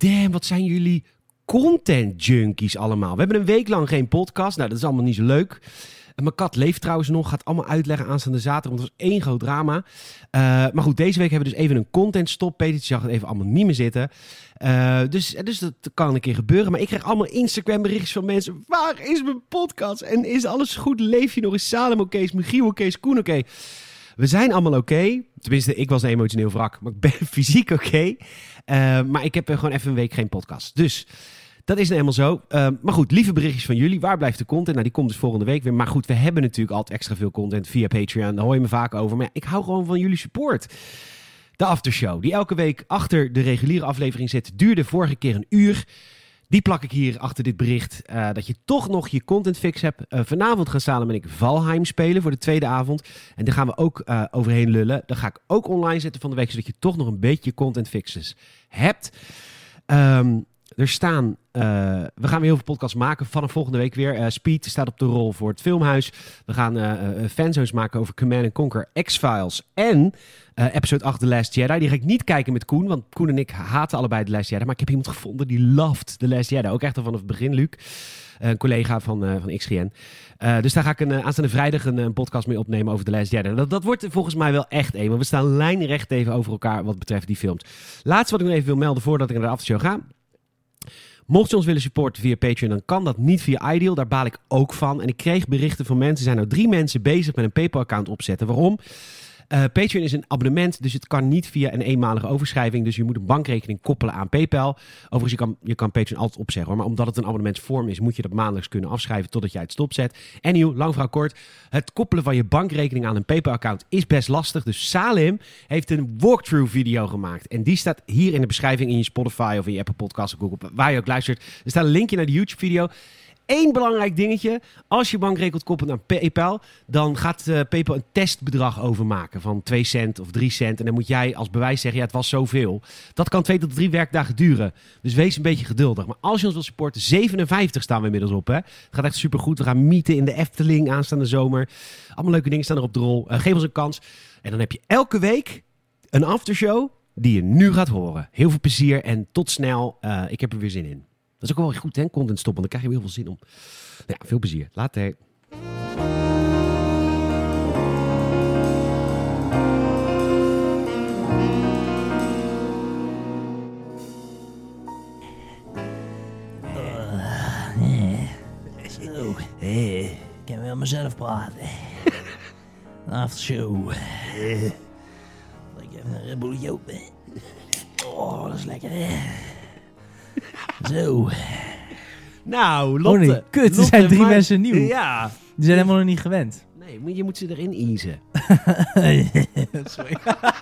damn, wat zijn jullie content junkies allemaal. We hebben een week lang geen podcast. Nou, dat is allemaal niet zo leuk. Mijn kat leeft trouwens nog. Gaat allemaal uitleggen aanstaande zaterdag. Want het was één groot drama. Maar goed, deze week hebben we dus even een content stop. Peter zag het even allemaal niet meer zitten. Dus dat kan een keer gebeuren. Maar ik krijg allemaal Instagram berichtjes van mensen. Waar is mijn podcast? En is alles goed? Leef je nog? Is Salem oké? Is Michiel oké? Is Koen oké? We zijn allemaal oké. Tenminste, ik was een emotioneel wrak. Maar ik ben fysiek oké. Maar ik heb gewoon even een week geen podcast. Dus dat is nou helemaal zo. Maar goed, lieve berichtjes van jullie. Waar blijft de content? Nou, die komt dus volgende week weer. Maar goed, we hebben natuurlijk altijd extra veel content via Patreon. Daar hoor je me vaak over. Maar ja, ik hou gewoon van jullie support. De aftershow, die elke week achter de reguliere aflevering zit, duurde vorige keer een uur. Die plak ik hier achter dit bericht. Dat je toch nog je content fix hebt. Vanavond gaan Salem en ik Valheim spelen voor de tweede avond. En daar gaan we ook overheen lullen. Dat ga ik ook online zetten van de week. Zodat je toch nog een beetje content fixes hebt. Er staan... we gaan weer heel veel podcasts maken. Vanaf volgende week weer. Speed staat op de rol voor het Filmhuis. We gaan fanzones maken over Command & Conquer, X-Files en episode 8 The Last Jedi. Die ga ik niet kijken met Koen, want Koen en ik haten allebei The Last Jedi. Maar ik heb iemand gevonden die loved The Last Jedi. Ook echt al vanaf het begin, Luc. Een collega van XGN. Dus daar ga ik aanstaande vrijdag een podcast mee opnemen over The Last Jedi. Dat wordt volgens mij wel echt één. Want we staan lijnrecht tegenover elkaar wat betreft die films. Laatste wat ik nog even wil melden voordat ik naar de aftershow ga. Mocht je ons willen supporten via Patreon, dan kan dat niet via Ideal. Daar baal ik ook van. En ik kreeg berichten van mensen. Er zijn nou 3 mensen bezig met een PayPal-account opzetten. Waarom? Patreon is een abonnement, dus het kan niet via een eenmalige overschrijving. Dus je moet een bankrekening koppelen aan PayPal. Overigens, je kan Patreon altijd opzeggen, hoor. Maar omdat het een abonnementsvorm is, moet je dat maandelijks kunnen afschrijven totdat jij het stopzet. Anyhow, lang verhaal kort. Het koppelen van je bankrekening aan een PayPal-account is best lastig. Dus Salem heeft een walkthrough video gemaakt. En die staat hier in de beschrijving in je Spotify of in je Apple Podcasts of Google, waar je ook luistert. Er staat een linkje naar de YouTube-video. Eén belangrijk dingetje. Als je bankrekening koppelt aan PayPal, dan gaat PayPal een testbedrag overmaken van 2 cent of 3 cent. En dan moet jij als bewijs zeggen, ja, het was zoveel. Dat kan 2 tot 3 werkdagen duren. Dus wees een beetje geduldig. Maar als je ons wilt supporten, 57 staan we inmiddels op. Hè? Het gaat echt supergoed. We gaan meeten in de Efteling aanstaande zomer. Allemaal leuke dingen staan er op de rol. Geef ons een kans. En dan heb je elke week een aftershow die je nu gaat horen. Heel veel plezier en tot snel. Ik heb er weer zin in. Dat is ook wel goed, hè? Content stoppen, dan krijg je heel veel zin om. Nou ja, veel plezier. Later. Zo. Ik kan wel mezelf praten. Aftershow. Ik heb een Red Bulletje open. Oh, dat is lekker, hè? Zo. Nou, Lotte. Oh nee, kut. Er zijn 3 mensen nieuw. Ja. Die zijn helemaal nog niet gewend. Nee, je moet ze erin easen. Sorry.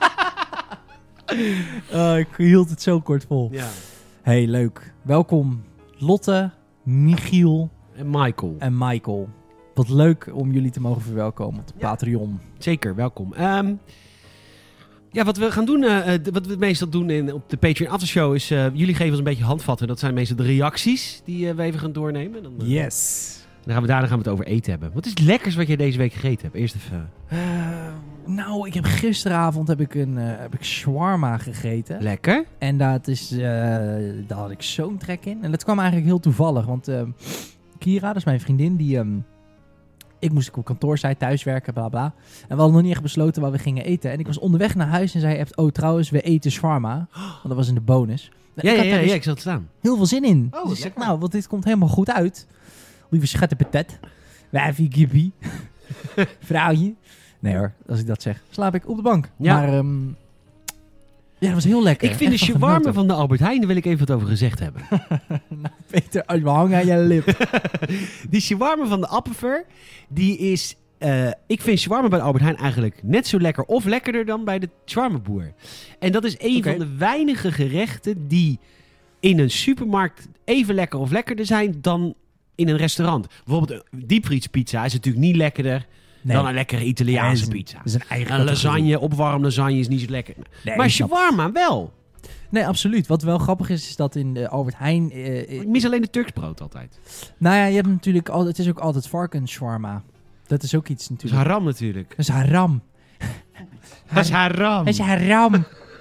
Ik hield het zo kort vol. Ja. Hey, leuk. Welkom Lotte, Michiel En Michael. Wat leuk om jullie te mogen verwelkomen op de Patreon. Zeker, welkom. Ja, wat we gaan doen, wat we meestal doen op de Patreon Aftershow is, jullie geven ons een beetje handvatten. Dat zijn meestal de reacties die we even gaan doornemen. Dan, Yes. Dan gaan we het over eten hebben. Wat is het lekkers wat jij deze week gegeten hebt? Eerst even. Nou, ik heb gisteravond heb ik shawarma gegeten. Lekker. En daar had ik zo'n trek in. En dat kwam eigenlijk heel toevallig. Want Kira, dat is mijn vriendin, ik moest op kantoor zijn, thuiswerken, bla bla. En we hadden nog niet echt besloten waar we gingen eten. En ik was onderweg naar huis en zei, trouwens, we eten shawarma. Want dat was in de bonus. Ja, ik zat staan. Heel veel zin in. Oh, dus ik zeg, lekker. want dit komt helemaal goed uit. Lieve schatte patat. Wijfie, kippie. Vrouwtje. Nee hoor, als ik dat zeg, slaap ik op de bank. Ja. Maar ja, dat was heel lekker. Ik vind de Echt van shawarma genoten. van de Albert Heijn, daar wil ik even wat over gezegd hebben. Nou, Peter, als we hangen aan je lip. Die shawarma van de Appenver, die is... ik vind shawarma bij de Albert Heijn eigenlijk net zo lekker of lekkerder dan bij de shawarmaboer. En dat is een van de weinige gerechten die in een supermarkt even lekker of lekkerder zijn dan in een restaurant. Bijvoorbeeld een diepvriespizza is natuurlijk niet lekkerder dan een lekkere Italiaanse pizza. Dat is een eigen Een categorie. lasagne, opwarm lasagne is niet zo lekker. Nee, Maar ik snap shawarma wel. Nee, absoluut. Wat wel grappig is dat in de Albert Heijn... Ik mis alleen de Turks brood altijd. nou ja, je hebt natuurlijk het is ook altijd varkensshawarma. Dat is ook iets Dat is natuurlijk. haram natuurlijk. Dat is haram. Dat is haram. Dat is haram.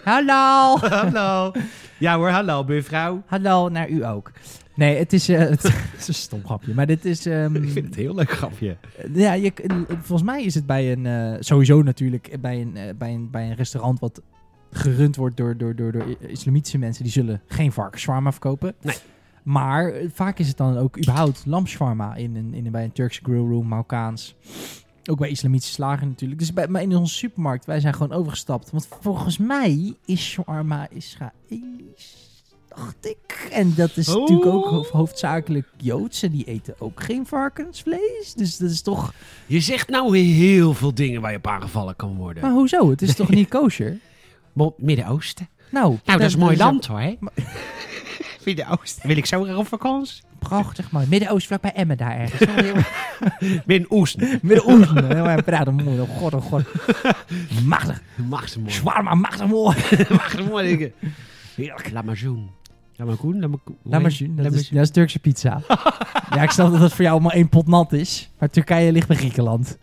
Hallo. Hallo. Ja hoor, hallo buurvrouw. Hallo, naar u ook. Nee, het is, het is een stom grapje. Maar dit is... Ik vind het een heel leuk grapje. Ja, volgens mij is het bij een... sowieso natuurlijk bij een restaurant wat gerund wordt door islamitische mensen. Die zullen geen varkensshawarma verkopen. Nee. Maar vaak is het dan ook überhaupt lamshawarma bij een Turkse grillroom, Marokkaans. Ook bij islamitische slager natuurlijk. Dus maar in onze supermarkt, wij zijn gewoon overgestapt. Want volgens mij is shawarma Israëlisch, dacht ik. En dat is natuurlijk ook hoofdzakelijk Joodse. Die eten ook geen varkensvlees. Dus dat is toch... Je zegt nou heel veel dingen waar je op aangevallen kan worden. Maar hoezo? Het is toch niet kosher? Midden-Oosten. Nou, dat is een mooi land hoor. Maar- Midden-Oosten. Wil ik zo graag op vakantie? Prachtig mooi. Midden-Oosten vlakbij Emmen daar ergens. Midden-Oosten. Midden-Oosten. Heel praten mooi. Oh god, oh god. Machtig. Mag ze mooi. Shawarma, machtig mooi. Mag ze mooi dingen. Heerlijk. Lamazoen. Lamazun, dat is Turkse pizza. Ja, ik snap dat dat voor jou allemaal één pot nat is. Maar Turkije ligt bij Griekenland.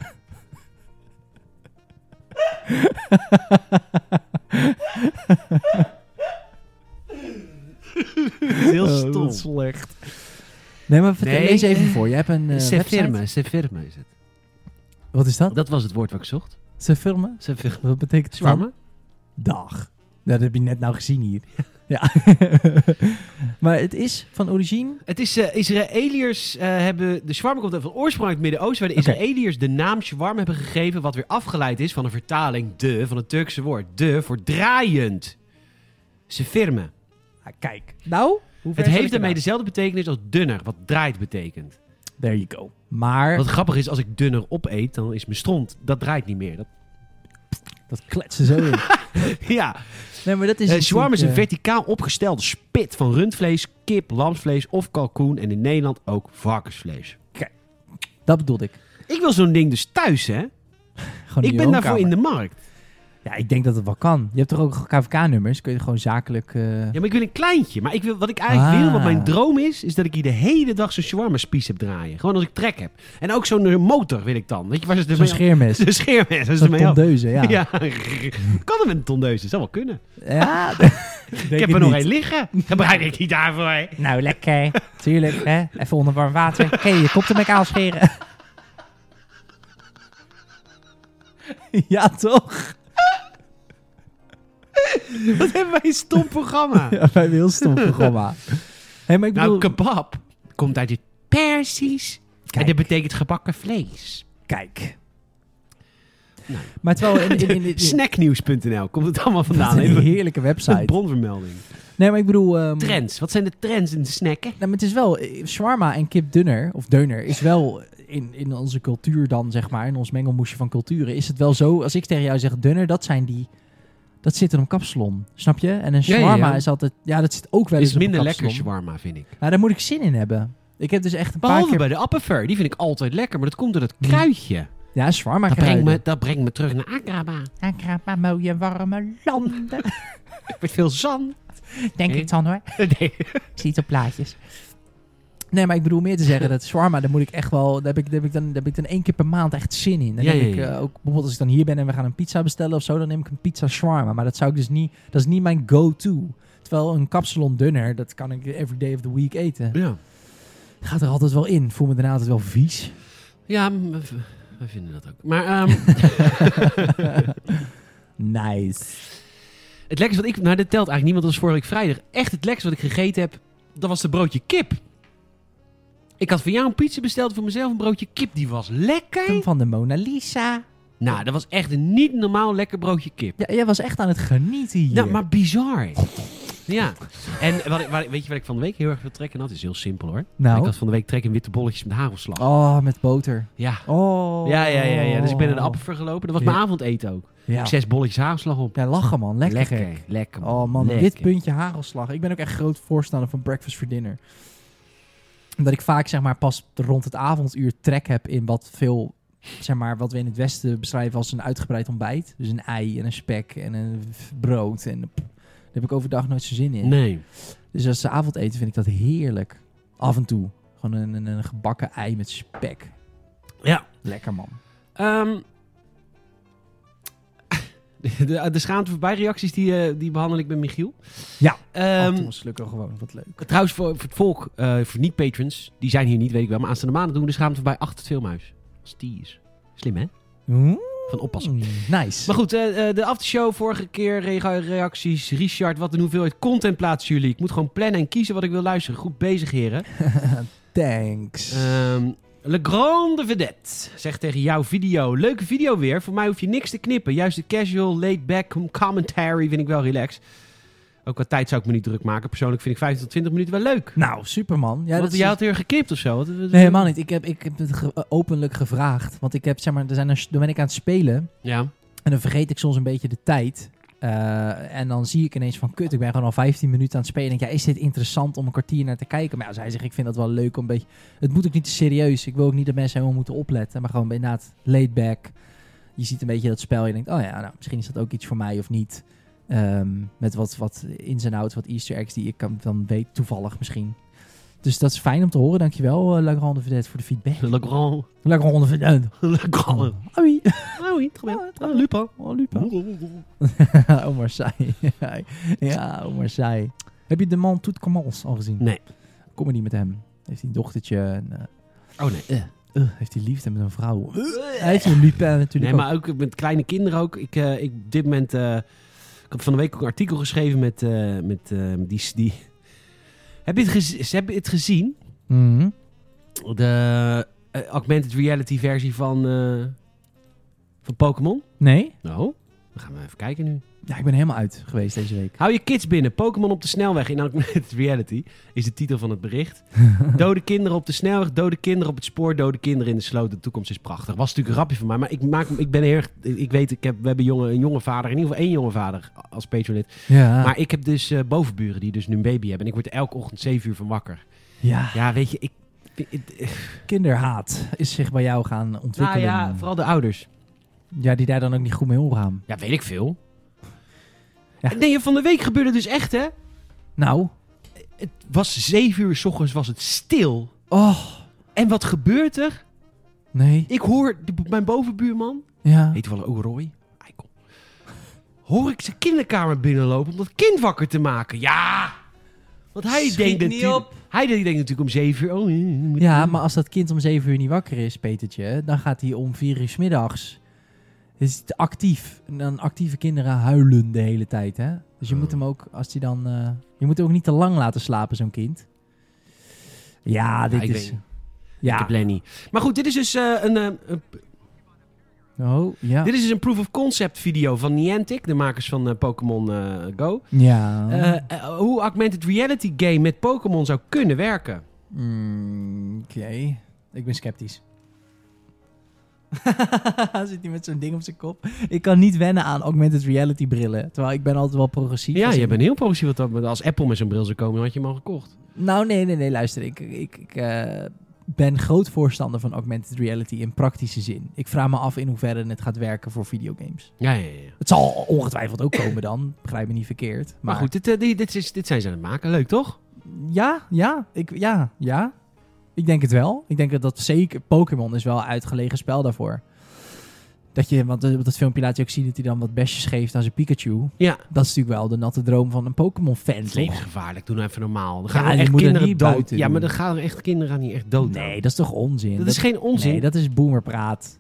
Heel stom. Dat is slecht. Nee, maar lees even voor. Je hebt een website. Sefirme is het. Wat is dat? Dat was het woord wat ik zocht. Sefirme? Sefirme. Wat betekent Shawarma? Dag. Dat heb je net nou gezien hier. Ja. Maar het is van origine... Het is Israëliërs hebben... De shawarma komt van oorsprong uit het Midden-Oosten... waar de Oké. Israëliërs de naam shawarma hebben gegeven... wat weer afgeleid is van een vertaling van het Turkse woord. Voor draaiend. Sefirme. Ah, kijk. Nou, hoe ver Het zal heeft ik daarmee eraan? dezelfde betekenis als dunner, wat draait betekent. There you go. Maar... Wat grappig is, als ik dunner opeet, dan is mijn stront, dat draait niet meer. Dat kletsen zo in. Ja, Nee, maar dat is... shawarma is een natuurlijk, verticaal opgestelde spit van rundvlees, kip, lamsvlees of kalkoen. En in Nederland ook varkensvlees. dat bedoelde ik. Ik wil zo'n ding dus thuis, hè? Gewoon Ik ben daarvoor in de markt. Ja, ik denk dat het wel kan. Je hebt toch ook KVK-nummers? Kun je gewoon zakelijk... Ja, maar ik wil een kleintje. Maar wat ik eigenlijk wil, wat mijn droom is dat ik hier de hele dag zo'n shawarma-spies heb draaien. Gewoon als ik trek heb. En ook zo'n motor wil ik dan. Weet je, waar ze Zo'n scheermes. Een scheermes. Dat is Zo'n ermee af. tondeuze, ja. Ja, kan het met een tondeuze? Dat zou wel kunnen. Ja, Ik heb er nog één liggen. Gebruik ik die daarvoor. Nou, lekker. Tuurlijk, hè. Even onder warm water. Kun je kop ermee aanscheren? Ja, toch? Wat hebben wij een stom programma. Ja, wij hebben een heel stom programma. Hey, maar ik bedoel... Nou, kebab komt uit het Persisch. Kijk. En dat betekent gebakken vlees. Kijk. Nou. Maar terwijl in Snacknieuws.nl komt het allemaal vandaan. een Even heerlijke een website. bronvermelding. Nee, maar ik bedoel... Trends. Wat zijn de trends in de snacken? Nou, maar het is wel... shawarma en kipdunner, of deuner, is wel in onze cultuur dan, zeg maar, in ons mengelmoesje van culturen, is het wel zo, als ik tegen jou zeg deuner, dat zit in een kapsalon. Snap je? En een shawarma ja. is altijd... Ja, dat zit ook wel eens Is op een minder lekker kapsalon. shawarma, vind ik. Nou, daar moet ik zin in hebben. Ik heb dus echt een paar Behalve keer... bij de appenver. Die vind ik altijd lekker. Maar dat komt door dat kruidje. Ja, shawarma Dat brengt me terug naar Agraba. Agraba, mooie warme landen. Met veel zand. Denk Nee. ik dan hoor. Nee. Ik zie het op plaatjes. Nee, maar ik bedoel meer te zeggen dat shawarma, daar moet ik echt wel... Daar heb ik dan 1 keer per maand echt zin in. Dan Ja, heb ja, ik ja. ook... Bijvoorbeeld als ik dan hier ben en we gaan een pizza bestellen of zo, dan neem ik een pizza shawarma. Maar dat zou ik dus niet... Dat is niet mijn go-to. Terwijl een kapsalon dunner, dat kan ik every day of the week eten. Ja. Gaat er altijd wel in. Voel me daarna altijd wel vies. Ja, we vinden dat ook. Maar Nice. het lekkerste wat ik... Nou, dat telt eigenlijk niet, want dat was vorige week vrijdag. Echt het lekkerste wat ik gegeten heb, dat was de broodje kip. Ik had voor jou een pizza besteld, voor mezelf een broodje kip. Die was lekker. Van de Mona Lisa. Nou, dat was echt een niet normaal lekker broodje kip. Ja, jij was echt aan het genieten hier. Nou, maar bizar. Ja. En weet je wat ik van de week heel erg wil trekken? Dat is heel simpel hoor. Nou? Ik had van de week trek in witte bolletjes met hagelslag. Oh, met boter. Ja. Oh. Ja. Dus ik ben naar de Appenver gelopen. Dat was mijn Ja. avondeten ook. Ja. 6 bolletjes hagelslag op. Ja, lachen man. Lekker gek. Lekker. Oh man, lekker. dit puntje hagelslag. Ik ben ook echt groot voorstander van breakfast for dinner. Omdat ik vaak zeg maar pas rond het avonduur trek heb in wat veel, zeg maar, wat we in het Westen beschrijven als een uitgebreid ontbijt. Dus een ei en een spek en een brood. En daar heb ik overdag nooit zo zin in. Nee. Dus als avondeten vind ik dat heerlijk. Af en toe. Gewoon een gebakken ei met spek. Ja. Lekker man. De schaamte voorbij reacties, die behandel ik met Michiel. Ja. Thomas Lukken gewoon, wat leuk. Trouwens, voor het volk, voor niet-patrons, die zijn hier niet, weet ik wel. Maar aanstaande maanden doen we de schaamte voorbij achter het filmhuis. Als die is. Slim, hè? Van oppassen. Nice. Maar goed, de aftershow, vorige keer reacties. Richard, wat een hoeveelheid content plaatsen jullie? Ik moet gewoon plannen en kiezen wat ik wil luisteren. Goed bezig, heren. Thanks. Le Grande Vedette zegt tegen jouw video. Leuke video weer. Voor mij hoef je niks te knippen. Juist de casual, laid-back commentary vind ik wel relaxed. Ook qua tijd zou ik me niet druk maken. Persoonlijk vind ik 15 tot 20 minuten wel leuk. Nou, superman. Ja, Want jij had weer geknipt of zo? Nee, helemaal niet. Ik heb het openlijk gevraagd. Want ik heb, zeg maar, dan ben ik aan het spelen. Ja. En dan vergeet ik soms een beetje de tijd. En dan zie ik ineens van, kut, ik ben gewoon al 15 minuten aan het spelen. En ik denk, ja, is dit interessant om een kwartier naar te kijken? Maar ja, zij zegt, ik vind dat wel leuk om een beetje... Het moet ook niet te serieus. Ik wil ook niet dat mensen helemaal moeten opletten. Maar gewoon inderdaad laid back. Je ziet een beetje dat spel. Je denkt, oh ja, nou, misschien is dat ook iets voor mij of niet. Met wat ins en outs, wat easter eggs die ik dan weet, toevallig misschien. Dus dat is fijn om te horen. Dankjewel, La Grande Vedette, voor de feedback. Le Grande Vedette. Le Grande. Oui. Oui, Lupa. Oh, Lupa. Oh, Marseille. Ja, oh, Marseille. Heb je De Man Tout Commence al gezien? Nee. Comedy met hem. Heeft hij een dochtertje. En, oh nee. Heeft hij liefde met een vrouw. Hij heeft een Lupin natuurlijk. Nee, maar ook met kleine kinderen ook. Ik op dit moment... ik heb van de week ook een artikel geschreven met die... Heb je het gezien? Mm-hmm. De augmented reality versie van Pokémon? Nee. Nou, dan gaan we even kijken nu. Ja, ik ben helemaal uit geweest deze week. Hou je kids binnen. Pokémon op de snelweg in augmented reality is de titel van het bericht. Dode kinderen op de snelweg, dode kinderen op het spoor, dode kinderen in de sloot. De toekomst is prachtig. Was natuurlijk een grapje van mij, maar ik ben heel erg... we hebben een jonge vader, in ieder geval 1 jonge vader als patronid. Ja. Maar ik heb dus bovenburen die dus nu een baby hebben. En ik word er elke ochtend 7 uur van wakker. Ja. Ja, weet je, Kinderhaat is zich bij jou gaan ontwikkelen. Nou ja, vooral de ouders. Ja, die daar dan ook niet goed mee omgaan. Ja, weet ik veel. Ja. Nee, van de week gebeurde dus echt, hè? Nou. Het was 7 uur 's ochtends, was het stil. Oh. En wat gebeurt er? Nee. Ik hoor mijn bovenbuurman, Ja. heet toevallig ook Roy, Eikel, hoor ik zijn kinderkamer binnenlopen om dat kind wakker te maken. Ja! Want hij denkt natuurlijk om 7 uur... Ja, maar als dat kind om 7 uur niet wakker is, Petertje, dan gaat hij om 4 uur 's middags... Het is actief. En dan actieve kinderen huilen de hele tijd, hè? Dus je moet hem ook, als hij dan... je moet hem ook niet te lang laten slapen, zo'n kind. Ja, dit is... Ja. Ik heb Lenny. Maar goed, dit is dus dit is dus een proof of concept video van Niantic, de makers van Pokémon Go. Ja. Hoe augmented reality game met Pokémon zou kunnen werken. Oké. Ik ben sceptisch. Zit hij met zo'n ding op zijn kop? Ik kan niet wennen aan augmented reality brillen. Terwijl ik ben altijd wel progressief. Ja, je bent heel progressief. Als Apple met zo'n bril zou komen, had je hem al gekocht. Nou, nee. Luister, ik ben groot voorstander van augmented reality in praktische zin. Ik vraag me af in hoeverre het gaat werken voor videogames. Ja. Het zal ongetwijfeld ook komen dan. Begrijp me niet verkeerd. Maar goed, dit zijn ze aan het maken. Leuk, toch? Ja. Ik denk het wel. Ik denk dat zeker... Pokémon is wel een uitgelegen spel daarvoor. Want dat filmpje laat je ook zien dat hij dan wat besjes geeft aan zijn Pikachu. Ja. Dat is natuurlijk wel de natte droom van een Pokémon-fan. Het is levensgevaarlijk. Doe nou even normaal. Dan gaan er echt kinderen niet dood. Ja, maar dan gaan er echt kinderen niet echt dood. Nee, dat is toch onzin? Dat is geen onzin. Nee, dat is boomerpraat.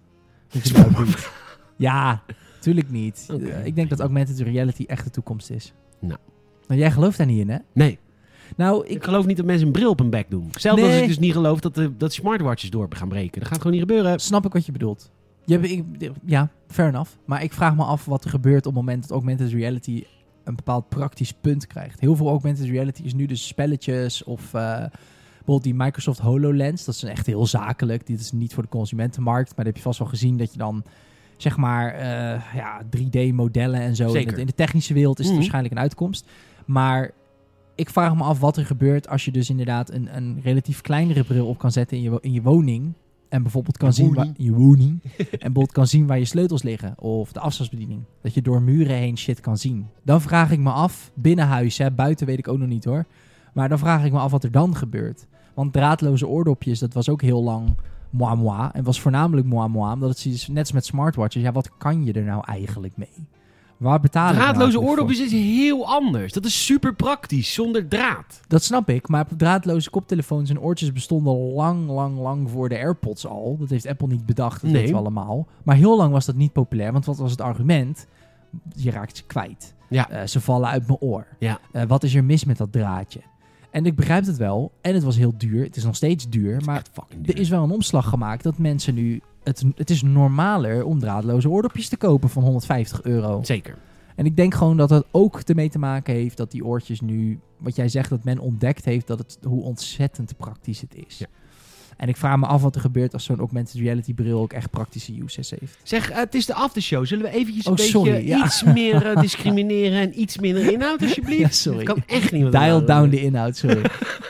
Ja, tuurlijk niet. Okay. Ik denk dat augmented reality echt de toekomst is. Nou. Maar jij gelooft daar niet in, hè? Nee. Nou, ik geloof niet dat mensen een bril op hun bek doen. Zelfs als ik dus niet geloof dat smartwatches door gaan breken. Dat gaat gewoon niet gebeuren. Snap ik wat je bedoelt. Ja, fair enough. Maar ik vraag me af wat er gebeurt op het moment dat augmented reality een bepaald praktisch punt krijgt. Heel veel augmented reality is nu dus spelletjes of bijvoorbeeld die Microsoft HoloLens. Dat is echt heel zakelijk. Dit is niet voor de consumentenmarkt. Maar dat heb je vast wel gezien dat je dan zeg maar 3D-modellen en zo. Zeker. In de technische wereld is het waarschijnlijk een uitkomst. Maar ik vraag me af wat er gebeurt als je dus inderdaad een relatief kleinere bril op kan zetten in je woning. En bijvoorbeeld kan zien waar je woning. En bijvoorbeeld kan zien waar je sleutels liggen. Of de afstandsbediening. Dat je door muren heen shit kan zien. Dan vraag ik me af, binnen huis, hè, buiten weet ik ook nog niet hoor. Maar dan vraag ik me af wat er dan gebeurt. Want draadloze oordopjes, dat was ook heel lang moi. En was voornamelijk moi. Omdat het is net als met smartwatches. Ja, wat kan je er nou eigenlijk mee? Waar betalen we Draadloze nou oordopjes voor? is heel anders. Dat is super praktisch, zonder draad. Dat snap ik, maar draadloze koptelefoons en oortjes bestonden lang voor de AirPods al. Dat heeft Apple niet bedacht, dat Nee. weten we allemaal. Maar heel lang was dat niet populair, want wat was het argument? Je raakt ze kwijt. Ja. Ze vallen uit mijn oor. Ja. Wat is er mis met dat draadje? En ik begrijp het wel. En het was heel duur. Het is nog steeds duur, maar Echt fucking duur. er is wel een omslag gemaakt dat mensen nu... Het is normaler om draadloze oordopjes te kopen van €150. Zeker. En ik denk gewoon dat het ook ermee te maken heeft dat die oortjes nu... Wat jij zegt, dat men ontdekt heeft hoe ontzettend praktisch het is. Ja. En ik vraag me af wat er gebeurt als zo'n augmented reality bril ook echt praktische uses heeft. Zeg, het is de aftershow. Zullen we eventjes een Oh, beetje sorry, ja. iets meer discrimineren en iets minder inhoud, alsjeblieft? Ja, sorry. Dat kan echt niet. Dial down de inhoud, sorry.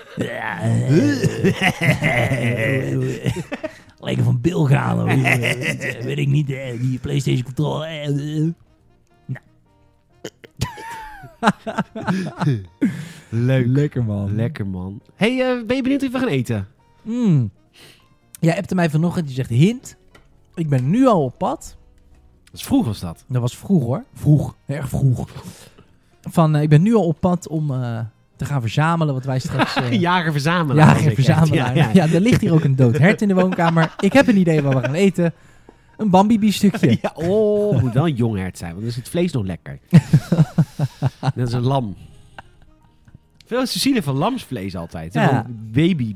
Lekker van Bill gaan, hoor. Weet ik niet, die PlayStation controle. Leuk. Lekker, man. Lekker, man. Hey, ben je benieuwd of we gaan eten? Jij appte mij vanochtend, die zegt hint. Ik ben nu al op pad. Dat is vroeg was dat. Dat was vroeg, hoor. Vroeg. Erg vroeg. Ik ben nu al op pad om te gaan verzamelen wat wij straks... Jager-verzamelaar. Jager en verzamelaar. Ja, er ligt hier ook een dood hert in de woonkamer. Ik heb een idee waar we gaan eten. Een Bambi-biefstukje. Ja, oh, het moet wel een jong hert zijn, want dan is het vlees nog lekker. Dat is een lam. Veel Cecilie van lamsvlees altijd. Ja. Van baby.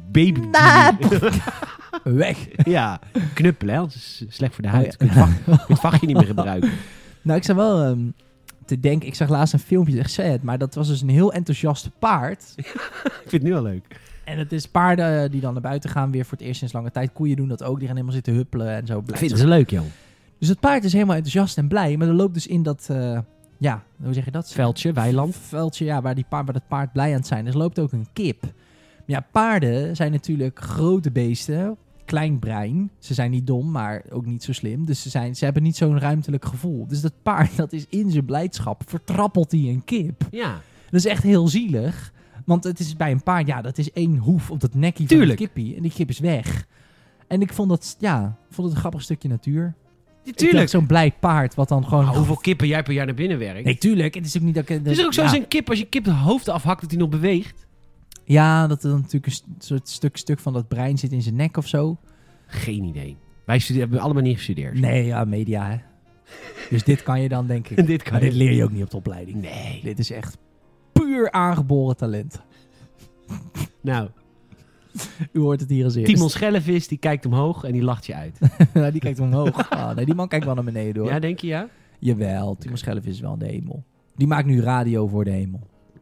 Weg. Ja, knuppelen, hè, want het is slecht voor de Oh, huid. ja. Kun je het vachtje niet meer gebruiken. Nou, ik zag wel te denken... Ik zag laatst een filmpje, echt sad, maar dat was dus een heel enthousiast paard. Ik vind het nu al leuk. En het is paarden die dan naar buiten gaan, weer voor het eerst sinds lange tijd. Koeien doen dat ook, die gaan helemaal zitten huppelen en zo. Ik vind het leuk, joh. Dus het paard is helemaal enthousiast en blij, maar er loopt dus in dat... hoe zeg je dat? Veldje, weiland. Veldje, ja, waar dat paard blij aan het zijn is, loopt ook een kip. Maar ja, paarden zijn natuurlijk grote beesten, klein brein. Ze zijn niet dom, maar ook niet zo slim. Dus ze hebben niet zo'n ruimtelijk gevoel. Dus dat paard, dat is in zijn blijdschap, vertrappelt hij een kip. Ja. Dat is echt heel zielig. Want het is bij een paard, ja, dat is één hoef op dat nekje van Tuurlijk. de kippie. En die kip is weg. En ik vond het een grappig stukje natuur. Ik Tuurlijk. dacht, zo'n blij paard wat dan gewoon... Hoeveel kippen jij per jaar naar binnen werkt? Nee, tuurlijk. Het is ook niet dat ik... Het is ook zo als een kip, als je kip de hoofd afhakt, dat hij nog beweegt. Ja, dat er dan natuurlijk een soort stuk van dat brein zit in zijn nek of zo. Geen idee. Wij hebben allemaal niet gestudeerd. Nee, ja, media, hè. Dus dit kan je dan, denk ik. Dit kan Maar je. dit leer je ook niet op de opleiding. Nee. Dit is echt puur aangeboren talent. Nou, U hoort het hier als eerst. Timon Schellevis, die kijkt omhoog en die lacht je uit. Nou, die kijkt omhoog. Nee, die man kijkt wel naar beneden, hoor. Ja, denk je ja? Jawel, Timon Schellevis is wel in de hemel. Die maakt nu radio voor de hemel.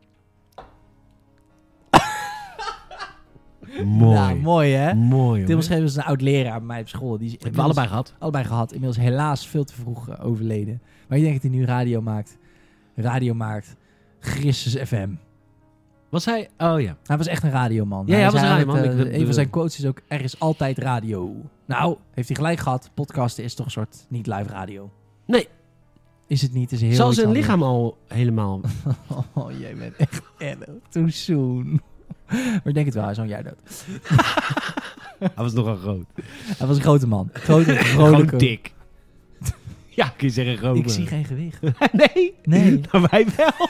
Mooi. Nou, mooi, hè? Mooi, hoor. Timon Schellevis is een oud-leraar bij mij op school. Die is Hebben we allebei gehad. Allebei gehad. Inmiddels helaas veel te vroeg overleden. Maar ik denk dat hij nu radio maakt. Christus FM. Was hij? Oh ja. Hij was echt een radioman. Ja, hij was een zei radioman. altijd, een van zijn quotes is ook, er is altijd radio. Nou, heeft hij gelijk gehad. Podcasten is toch een soort niet live radio. Nee. Is het niet, is heel Zal iets zijn anders. lichaam al helemaal... Oh, jij bent echt erg. Too soon. Maar ik denk het wel, hij is al een jaar dood. Hij was nogal groot. Hij was een grote man. Grote, Gewoon vrolijke. dik. Ja, kun je zeggen groot. Ik zie geen gewicht. Nee? Nee. Maar wij wel.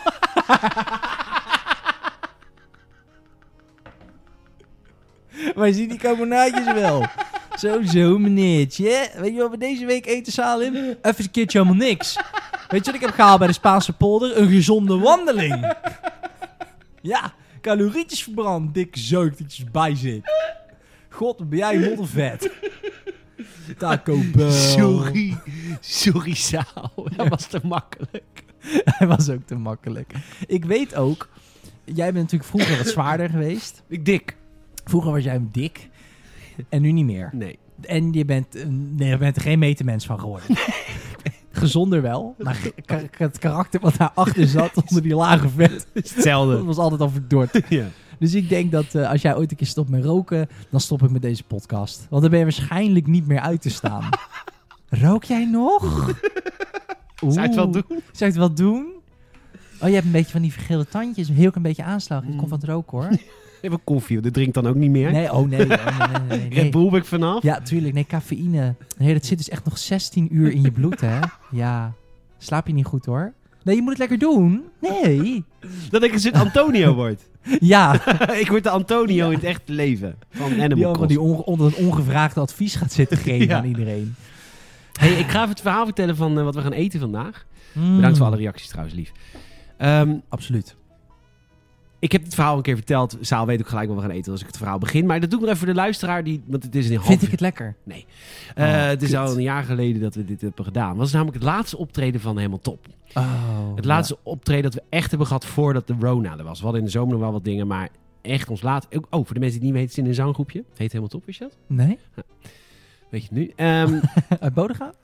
Wij zien die carbonaatjes wel. Zo, meneertje. Weet je wat we deze week eten, Salim? Even een keertje helemaal niks. Weet je wat ik heb gehaald bij de Spaanse polder? Een gezonde wandeling. Ja, calorietjes verbrand. Dikke zeugdetjes bij zit. God, wat ben jij moddervet. Taco Bell. Sorry Saal. Dat was te makkelijk. Hij was ook te makkelijk. Ik weet ook, jij bent natuurlijk vroeger wat zwaarder geweest. Ik dik. Vroeger was jij dik en nu niet meer. Nee. En je bent er geen metermens van geworden. Gezonder wel, maar het karakter wat daarachter zat onder die lage vet, Hetzelfde. dat was altijd al verdord. Ja. Dus ik denk dat als jij ooit een keer stopt met roken, dan stop ik met deze podcast. Want dan ben je waarschijnlijk niet meer uit te staan. Rook jij nog? Zou je het wel doen? Zou je het wel doen? Oh, je hebt een beetje van die vergeelde tandjes. Een heel klein beetje aanslag. Het komt van het roken, hoor. Even koffie, dat drinkt dan ook niet meer. Nee, nee. Red Bull ben ik vanaf. Ja, tuurlijk. Nee, cafeïne. Nee, dat zit dus echt nog 16 uur in je bloed, hè? Ja. Slaap je niet goed, hoor. Nee, je moet het lekker doen. Nee. Dat ik een soort Antonio word. Ja. Ik word de Antonio in het echte leven. Van Animal Die Crossing. onder het ongevraagde advies gaat zitten geven Ja. aan iedereen. Hey, ik ga even het verhaal vertellen van wat we gaan eten vandaag. Bedankt voor alle reacties trouwens, lief. Absoluut. Ik heb het verhaal een keer verteld. Saal weet ook gelijk wat we gaan eten als ik het verhaal begin. Maar dat doe ik nog even voor de luisteraar. Want het is een half Vind ik het lekker? Nee. Oh, het is kut. al een jaar geleden dat we dit hebben gedaan. Het was namelijk het laatste optreden van Helemaal Top. Het laatste optreden dat we echt hebben gehad voordat de Rona er was. We hadden in de zomer nog wel wat dingen, maar echt ons laat. Oh, voor de mensen die het niet weten, het is in een zanggroepje. Het heet Helemaal Top, wist je dat? Nee? Weet je het nu? Uit Bodegraven?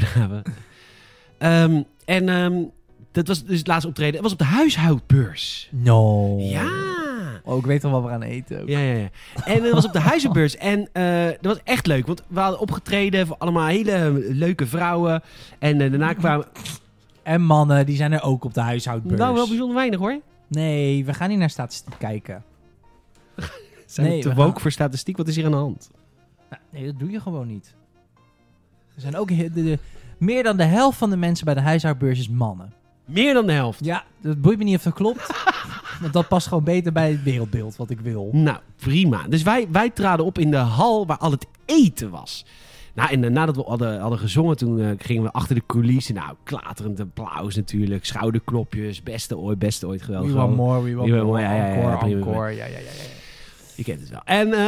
Dat was dus het laatste optreden. Het was op de huishoudbeurs. No. Ja. Oh, ik weet al wat we gaan eten ook. Ja. En dat was op de huizenbeurs. En dat was echt leuk. Want we hadden opgetreden voor allemaal hele leuke vrouwen. En daarna kwamen... En mannen, die zijn er ook op de huishoudbeurs. Nou, wel bijzonder weinig hoor. Nee, we gaan niet naar statistiek kijken. Zijn Nee, we te we woke gaan- voor statistiek? Wat is hier aan de hand? Nou, nee, dat doe je gewoon niet. Er zijn ook meer dan de helft van de mensen bij de huishoudbeurs is mannen. Meer dan de helft. Ja, dat boeit me niet of dat klopt. Want dat past gewoon beter bij het wereldbeeld wat ik wil. Nou, prima. Dus wij traden op in de hal waar al het eten was. Nou, en nadat we hadden gezongen, toen gingen we achter de coulissen. Nou, klaterend applaus natuurlijk. Schouderklopjes. Beste ooit, geweldig. We want more, we want We want more. more, ja, Encore, prima. encore. Ja. Je kent het wel.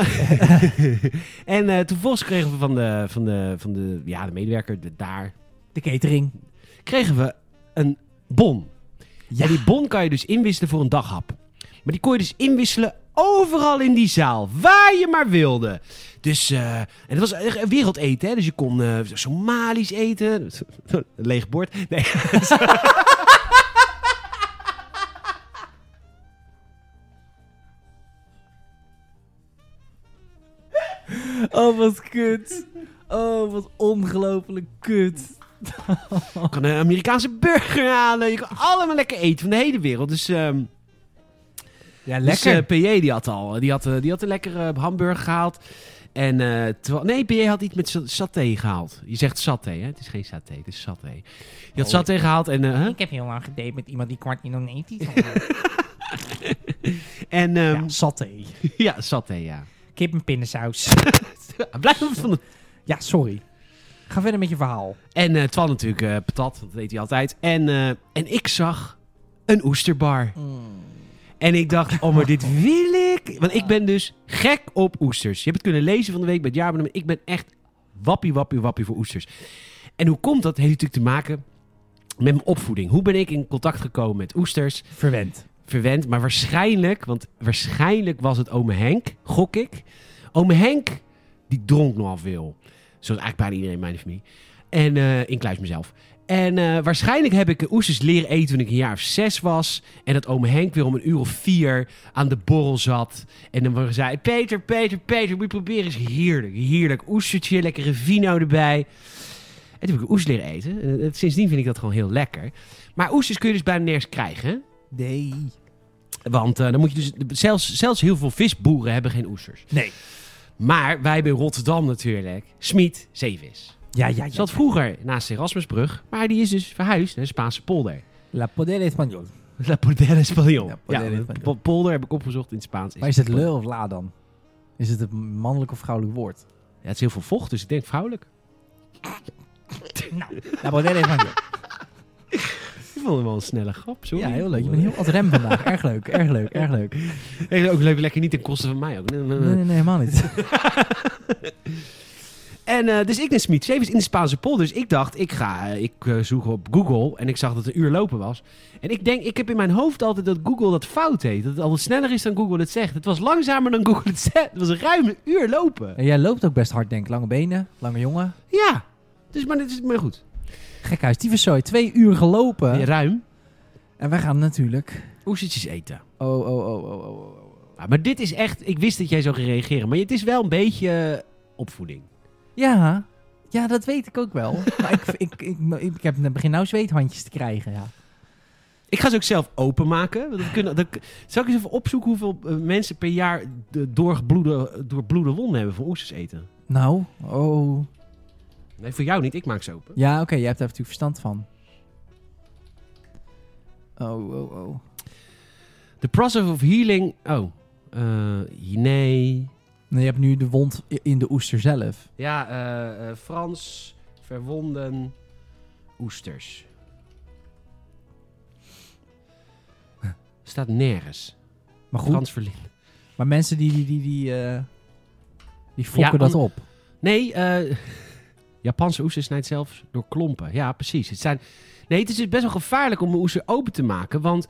En toen volgens kregen we van de medewerker daar... De catering. kregen we een bon. Ja. En die bon kan je dus inwisselen voor een daghap. Maar die kon je dus inwisselen overal in die zaal. Waar je maar wilde. Dus, en het was echt een wereldeten. Hè? Dus je kon Somalisch eten. Een leeg bord. Nee. Oh, wat kut. Oh, wat ongelooflijk kut. Je kan een Amerikaanse burger halen. Je kan allemaal lekker eten van de hele wereld. Dus, Ja, dus lekker. PJ die had een lekkere hamburger gehaald. En PJ had iets met saté gehaald. Je zegt saté, hè? Het is geen saté, het is saté. Je had saté gehaald en... Ik heb heel lang gedate met iemand die kwart Indonesisch is. en Ja, saté. ja, saté, ja. Kip en pindasaus. Blijf van de... Ja, sorry. Ga verder met je verhaal. En Twan natuurlijk patat, dat deed hij altijd. En ik zag een oesterbar. En ik dacht, oh, maar dit wil ik. Want ik ben dus gek op oesters. Je hebt het kunnen lezen van de week bij het jaarabonnement. Ik ben echt wappie voor oesters. En hoe komt dat? Heeft natuurlijk te maken met mijn opvoeding. Hoe ben ik in contact gekomen met oesters? Verwend, maar waarschijnlijk was het ome Henk, gok ik. Ome Henk, die dronk nogal veel. Zoals eigenlijk bijna iedereen in mijn familie. En inclusief mezelf. En waarschijnlijk heb ik oesters leren eten toen ik een jaar of 6 was. En dat ome Henk weer om 4:00 aan de borrel zat. En dan zei Peter, moet je proberen. Is heerlijk. Oestertje, lekkere vino erbij. En toen heb ik oesters leren eten. Sindsdien vind ik dat gewoon heel lekker. Maar oesters kun je dus bijna nergens krijgen, hè? Nee. Want dan moet je dus... Zelfs heel veel visboeren hebben geen oesters. Nee. Maar wij hebben in Rotterdam natuurlijk Smit Zeevis. Ja. Zat vroeger naast de Erasmusbrug, maar die is dus verhuisd naar de Spaanse polder. La Podela Español. La Poldera Español. La Poldera Español. Polder heb ik opgezocht in het Spaans. Maar is het le of la dan? Is het een mannelijk of vrouwelijk woord? Ja, het is heel veel vocht, dus ik denk vrouwelijk. Nou, La Podela Español. Ik vond het wel een snelle grap, sorry. Ja, heel leuk. Je bent heel als rem vandaag. Erg leuk. Hey, ook lekker niet ten koste van mij ook. Nee, helemaal niet. En dus ik naar Smit Zeevis in de Spaanse polder. Dus ik dacht, ik zoek op Google en ik zag dat het een uur lopen was. En ik heb in mijn hoofd altijd dat Google dat fout heet. Dat het altijd sneller is dan Google het zegt. Het was langzamer dan Google het zegt. Het was ruim een uur lopen. En jij loopt ook best hard, denk ik. Lange benen, lange jongen. Ja, dus, maar dit is maar goed. Gekhuis, tyfuszooi. 2 uur gelopen. Ja, ruim. En wij gaan natuurlijk... Oestertjes eten. Oh. Ja, maar dit is echt... Ik wist dat jij zo ging reageren. Maar het is wel een beetje opvoeding. Ja, dat weet ik ook wel. Maar ik begin nou zweethandjes te krijgen, ja. Ik ga ze ook zelf openmaken. Zal ik eens even opzoeken hoeveel mensen per jaar doorbloede wonden hebben van oesters eten? Nou, Nee, voor jou niet. Ik maak ze open. Ja, oké, jij hebt daar natuurlijk verstand van. Oh. The process of healing... nee. Je hebt nu de wond in de oester zelf. Ja, Frans verwonden oesters. Staat nergens. Maar goed, Frans verlinden. maar mensen die fokken dat op. Nee, Japanse oesters snijdt zelfs door klompen. Ja, precies. Het is dus best wel gevaarlijk om een oester open te maken. Want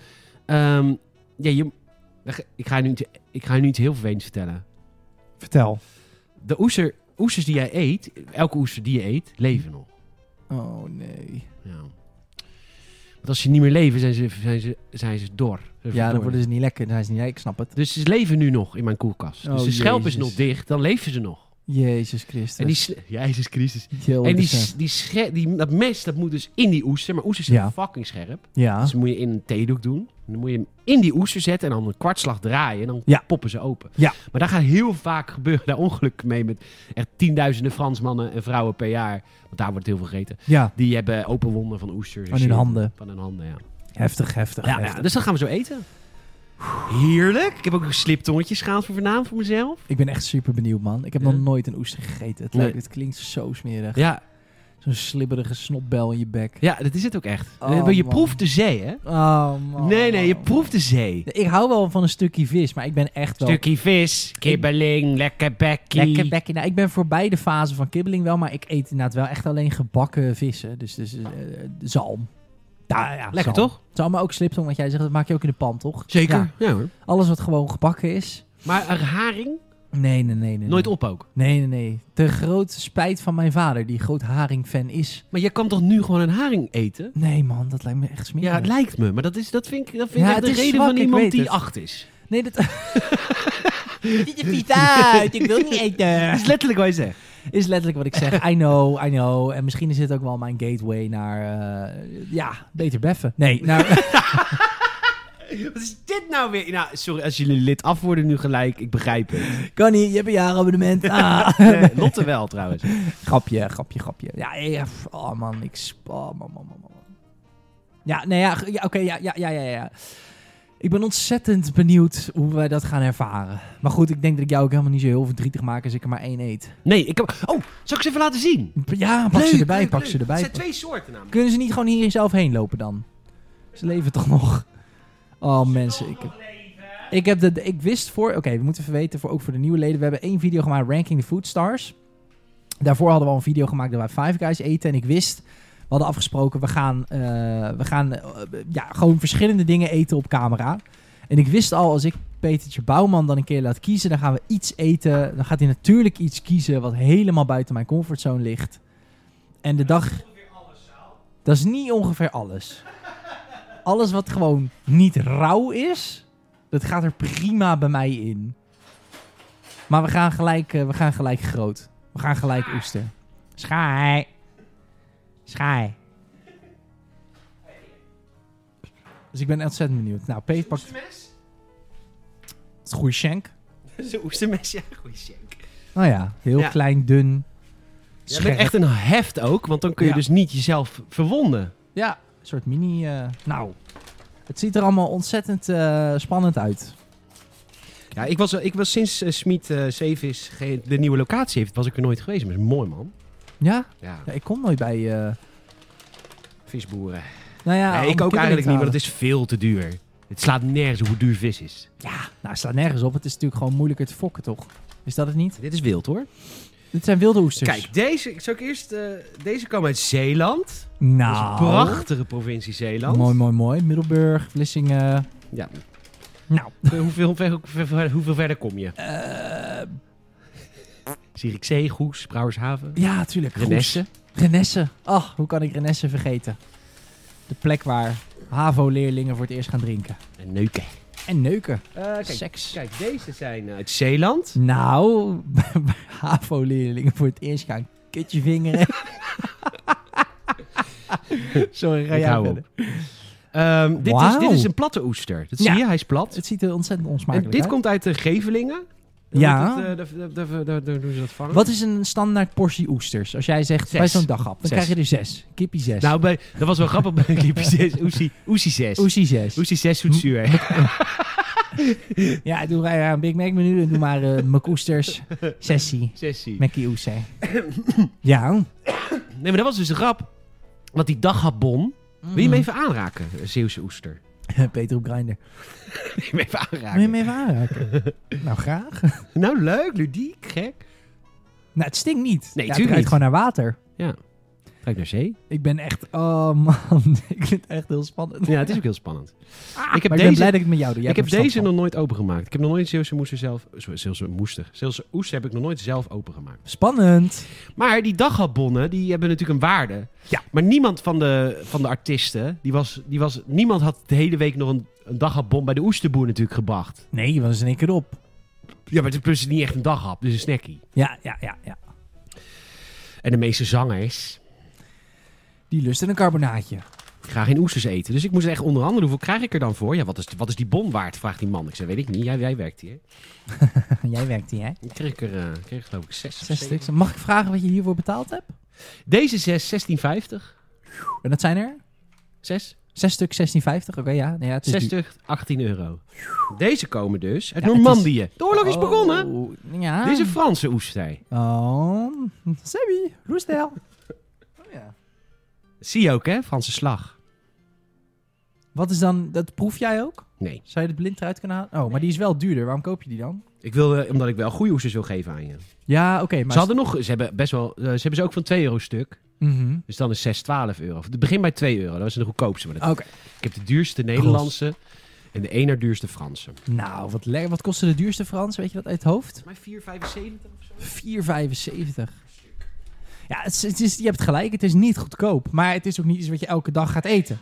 ik ga je nu iets heel vervelends vertellen. Vertel. De oesters die jij eet, elke oester die je eet, leven nog. Oh nee. Ja. Want als ze niet meer leven, zijn ze dor. Ja, dan worden ze niet lekker. Dan zijn ze niet lekker, ik snap het. Dus ze leven nu nog in mijn koelkast. Oh, Dus de schelp is Jezus. nog dicht, dan leven ze nog. Jezus Christus. En Jezus Christus. Heel En interessant. dat mes, dat moet dus in die oester. Maar oesters zijn fucking scherp. Ja. Dus dat moet je in een theedoek doen. Dan moet je hem in die oester zetten en dan een kwartslag draaien. En dan poppen ze open. Ja. Maar daar gaat heel vaak gebeuren daar ongelukken mee met echt tienduizenden Fransmannen en vrouwen per jaar. Want daar wordt heel veel gegeten. Ja. Die hebben open wonden van oesters. Van hun handen. Van hun handen, ja. Heftig. Ja, dus dat gaan we zo eten. Heerlijk. Ik heb ook een sliptongetjes gehaald voor vanavond voor mezelf. Ik ben echt super benieuwd, man. Ik heb nog nooit een oester gegeten. Het klinkt zo smerig. Ja. Zo'n slibberige snotbel in je bek. Ja, dat is het ook echt. Oh, je man. proeft de zee, hè? Oh, man. Nee, je proeft de zee. Ik hou wel van een stukje vis, maar ik ben echt wel... Stukje vis, kibbeling, lekker bekkie. Lekker bekje. Nou, ik ben voor beide fasen van kibbeling wel, maar ik eet inderdaad wel echt alleen gebakken vissen. Dus zalm. Ja, Lekker zalm. toch? Zalm, maar ook sliptong, want jij zegt, dat maak je ook in de pan, toch? Zeker. Ja, hoor. Alles wat gewoon gebakken is. Maar een haring? Nee. Nooit op ook? Nee. Te groot spijt van mijn vader, die groot haringfan is. Maar je kan toch nu gewoon een haring eten? Nee man, dat lijkt me echt smerig. Ja, het lijkt me. Maar dat vind ik Ja, echt het de is reden zwak, van ik iemand weet die het. 8 is. Nee, dat... Dit is pizza uit, ik wil niet eten. Dat is letterlijk wat je zegt. Is letterlijk wat ik zeg. I know. En misschien is dit ook wel mijn gateway naar... beter beffen. Nee, naar... Wat is dit nou weer? Nou, sorry als jullie lid af worden nu gelijk. Ik begrijp het. Kan niet, je hebt een jaarabonnement. Ah. Nee, Lotte wel trouwens. Grapje. Ja. Oh man, man. Ja, nee, ja, oké, ja. Ik ben ontzettend benieuwd hoe wij dat gaan ervaren. Maar goed, ik denk dat ik jou ook helemaal niet zo heel verdrietig maak als ik er maar 1 eet. Nee, ik heb... Oh, zal ik ze even laten zien? Ja, pak ze erbij. Het zijn 2 soorten namelijk. Kunnen ze niet gewoon hier zelf heen lopen dan? Ze leven toch nog? Oh mensen, ik wist voor... Oké, we moeten even weten, ook voor de nieuwe leden. We hebben 1 video gemaakt, Ranking the Food Stars. Daarvoor hadden we al een video gemaakt dat wij Five Guys eten. En ik wist, we hadden afgesproken, we gaan gewoon verschillende dingen eten op camera. En ik wist al, als ik Petertje Bouwman dan een keer laat kiezen, dan gaan we iets eten. Dan gaat hij natuurlijk iets kiezen wat helemaal buiten mijn comfortzone ligt. En de dag... Dat is niet ongeveer alles. Alles wat gewoon niet rauw is, dat gaat er prima bij mij in. Maar we gaan gelijk groot. We gaan gelijk oester. Schaai. Dus ik ben ontzettend benieuwd. Nou, Peter pakt... Het is een goede shank. Zo'n oestermes, ja, goeie shank. Nou ja, heel klein, dun. Ja, met echt een heft ook, want dan kun je dus niet jezelf verwonden. Ja, een soort mini... het ziet er allemaal ontzettend spannend uit. Ja, ik was sinds Smit Zeevis de nieuwe locatie heeft, was ik er nooit geweest. Maar dat is mooi, man. Ja? Ja. Ja, ik kom nooit bij... Visboeren. Nou ja, Nee, ik ook eigenlijk niet, want het is veel te duur. Het slaat nergens op hoe duur vis is. Ja, nou, het slaat nergens op. Het is natuurlijk gewoon moeilijker te fokken, toch? Is dat het niet? Dit is wild, hoor. Dit zijn wilde oesters. Kijk, deze komen uit Zeeland. Nou. Dat is een prachtige provincie Zeeland. Mooi. Middelburg, Vlissingen. Ja. Nou. Hoeveel verder kom je? Zierikzee, Goes, Brouwershaven. Ja, tuurlijk. Renesse. Ach, hoe kan ik Renesse vergeten? De plek waar HAVO-leerlingen voor het eerst gaan drinken. En neuken. Kijk, seks. Kijk, deze zijn uit Zeeland. Nou, waar HAVO-leerlingen voor het eerst gaan kutje vingeren. Sorry, ga jij verder. Dit is een platte oester. Dat zie je, hij is plat. Het ziet er ontzettend onsmakelijk en dit uit. komt uit de Gevelingen. Ja. Daar doen ze dat vangen. Wat is een standaard portie oesters? Als jij zegt 6. bij zo'n daghap, dan 6. krijg je er 6. Kippie 6. Nou, dat was wel grappig bij Kippie 6. Oesie 6. Oesie 6. Oesie 6 zoetzuur. Ja, doe een Big Mac menu en doe maar McOesters. Sessie. Mackie oester. Ja. Nee, maar dat was dus een grap. Want die daghapbon... Wil je hem even aanraken, Zeeuwse oester? Peter op Grindr. Wil je hem even aanraken? Wil je hem even aanraken? Nou, graag. Nou, leuk, ludiek, gek. Nou, het stinkt niet. Nee, het tuurlijk ruikt niet. gewoon naar water. Ja. Kijk naar zee. Ik ben echt... Oh man, ik vind het echt heel spannend. Ja, het is ook heel spannend. Ik ben blij dat ik het met jou doe. Jij Ik heb hebt er deze verstand nog nooit opengemaakt. Ik heb nog nooit Zeeuwse moester zelf... Zeeuwse oester heb ik nog nooit zelf opengemaakt. van. Spannend. Maar die daghapbonnen, die hebben natuurlijk een waarde. Ja. Maar niemand van de artiesten, niemand had de hele week nog een daghapbon bij de oesterboer natuurlijk gebracht. Nee, want is in één keer op. Ja, maar het is plus niet echt een daghap, dus een snackie. Ja. En de meeste zangers Die lusten een carbonaatje. gaan geen oesters eten. Dus ik moest echt onder andere, hoeveel krijg ik er dan voor? Ja, wat is die bon waard? Vraagt die man. Ik zei, weet ik niet. Jij werkt hier. Jij werkt hier, hè? Ik kreeg geloof ik 6 6 stuks. Mag ik vragen wat je hiervoor betaald hebt? Deze 6, 16,50. En dat zijn er? 6? 6 stuks, 16,50. Oké, ja. Nee, ja, het is 60, €18. Deze komen dus uit Ja, het Normandië. De oorlog is begonnen. Oh, ja. Dit is een Franse oester. Oh, Sebi, Roestel. Oh ja. Zie je ook, hè? Franse slag. Wat is dan, dat proef jij ook? Nee. Zou je de blind eruit kunnen halen? Oh, maar die is wel duurder. Waarom koop je die dan? Omdat ik wel goede oesters wil geven aan je. Ja, oké. maar... Ze hebben best wel... ze hebben ze ook van €2 stuk. Mhm. Dus dan is 6, €12. Het begint bij €2. Dat is de goedkoopste. Maar Oké. Ik heb de duurste Nederlandse en de ene duurste Franse. Nou, wat lekker. Wat kostte de duurste Frans? Weet je dat uit het hoofd? Maar 4,75 of zo? 4,75. Ja, het is, je hebt gelijk. Het is niet goedkoop. Maar het is ook niet iets wat je elke dag gaat eten.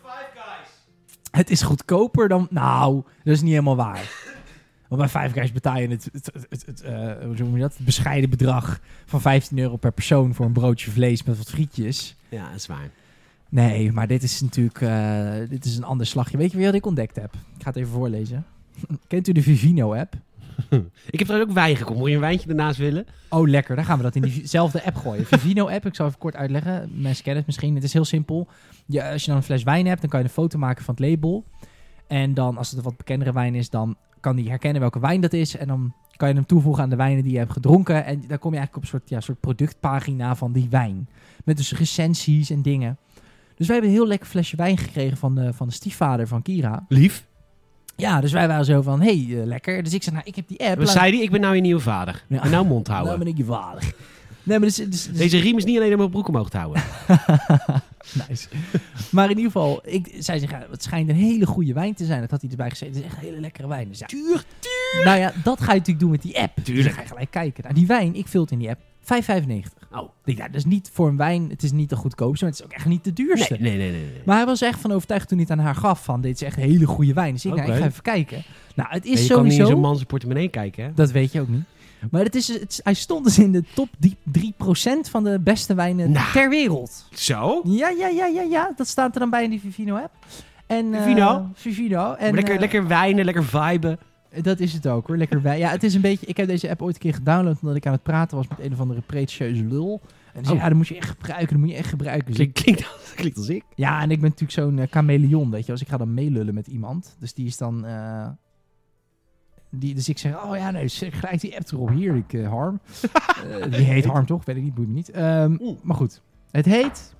Het is goedkoper dan... Nou, dat is niet helemaal waar. Want bij Five Guys betaal je hoe noem je dat? Het bescheiden bedrag van €15 per persoon voor een broodje vlees met wat frietjes. Ja, dat is waar. Nee, maar dit is natuurlijk dit is een ander slagje. Weet je wat ik ontdekt heb? Ik ga het even voorlezen. Kent u de Vivino-app? Ik heb trouwens ook wijn gekocht. Moet je een wijntje ernaast willen? Oh, lekker. Dan gaan we dat in diezelfde app gooien. Vivino-app, ik zal even kort uitleggen. Mensen kennen het misschien. Het is heel simpel. Als je dan een fles wijn hebt, dan kan je een foto maken van het label. En dan, als het een wat bekendere wijn is, dan kan die herkennen welke wijn dat is. En dan kan je hem toevoegen aan de wijnen die je hebt gedronken. En dan kom je eigenlijk op een soort productpagina van die wijn. Met dus recensies en dingen. Dus wij hebben een heel lekker flesje wijn gekregen van de stiefvader van Kira. Lief. Ja, dus wij waren zo van, lekker. Dus ik zei, nou, ik heb die app. Wat zei die? Ik ben nou je nieuwe vader. Ja. En nou mond houden. Nou ben ik je vader. Nee, maar dus Deze riem is niet alleen om mijn broek omhoog te houden. nice. Maar in ieder geval, zij zegt, het schijnt een hele goede wijn te zijn. Dat had hij erbij gezegd. Het is echt een hele lekkere wijn. Dus ja, tuur. Nou ja, dat ga je natuurlijk doen met die app. Tuurlijk. Dus dan ga je gelijk kijken. Nou, die wijn, ik vul het in die app. €5,95. Oh. Ja, dat is niet voor een wijn, het is niet de goedkoopste, maar het is ook echt niet de duurste. Nee. Maar hij was echt van overtuigd toen hij het aan haar gaf van, dit is echt een hele goede wijn. Dus ik, Oké. ik ga even kijken. Nou, het is Je kan niet sowieso... in zo'n man zijn portemonnee kijken, hè? Dat weet je ook niet. Maar hij stond dus in de top 3% van de beste wijnen ter wereld. Zo? Ja. Dat staat er dan bij in die Vivino-app. Vivino. En, Lekker wijnen, lekker viben. Dat is het ook hoor, lekker wijn. Ja, het is een beetje... Ik heb deze app ooit een keer gedownload omdat ik aan het praten was met een of andere pretentieuze lul. En zei, dat moet je echt gebruiken. Dus Klinkt als ik. ja, en ik ben natuurlijk zo'n chameleon, weet je. Als ik ga dan meelullen met iemand. Dus die is dan... dus ik zeg, gelijk die app erop. Heerlijk, Harm. Die heet Harm toch? Weet ik niet, boeit me niet. Maar goed. Het heet...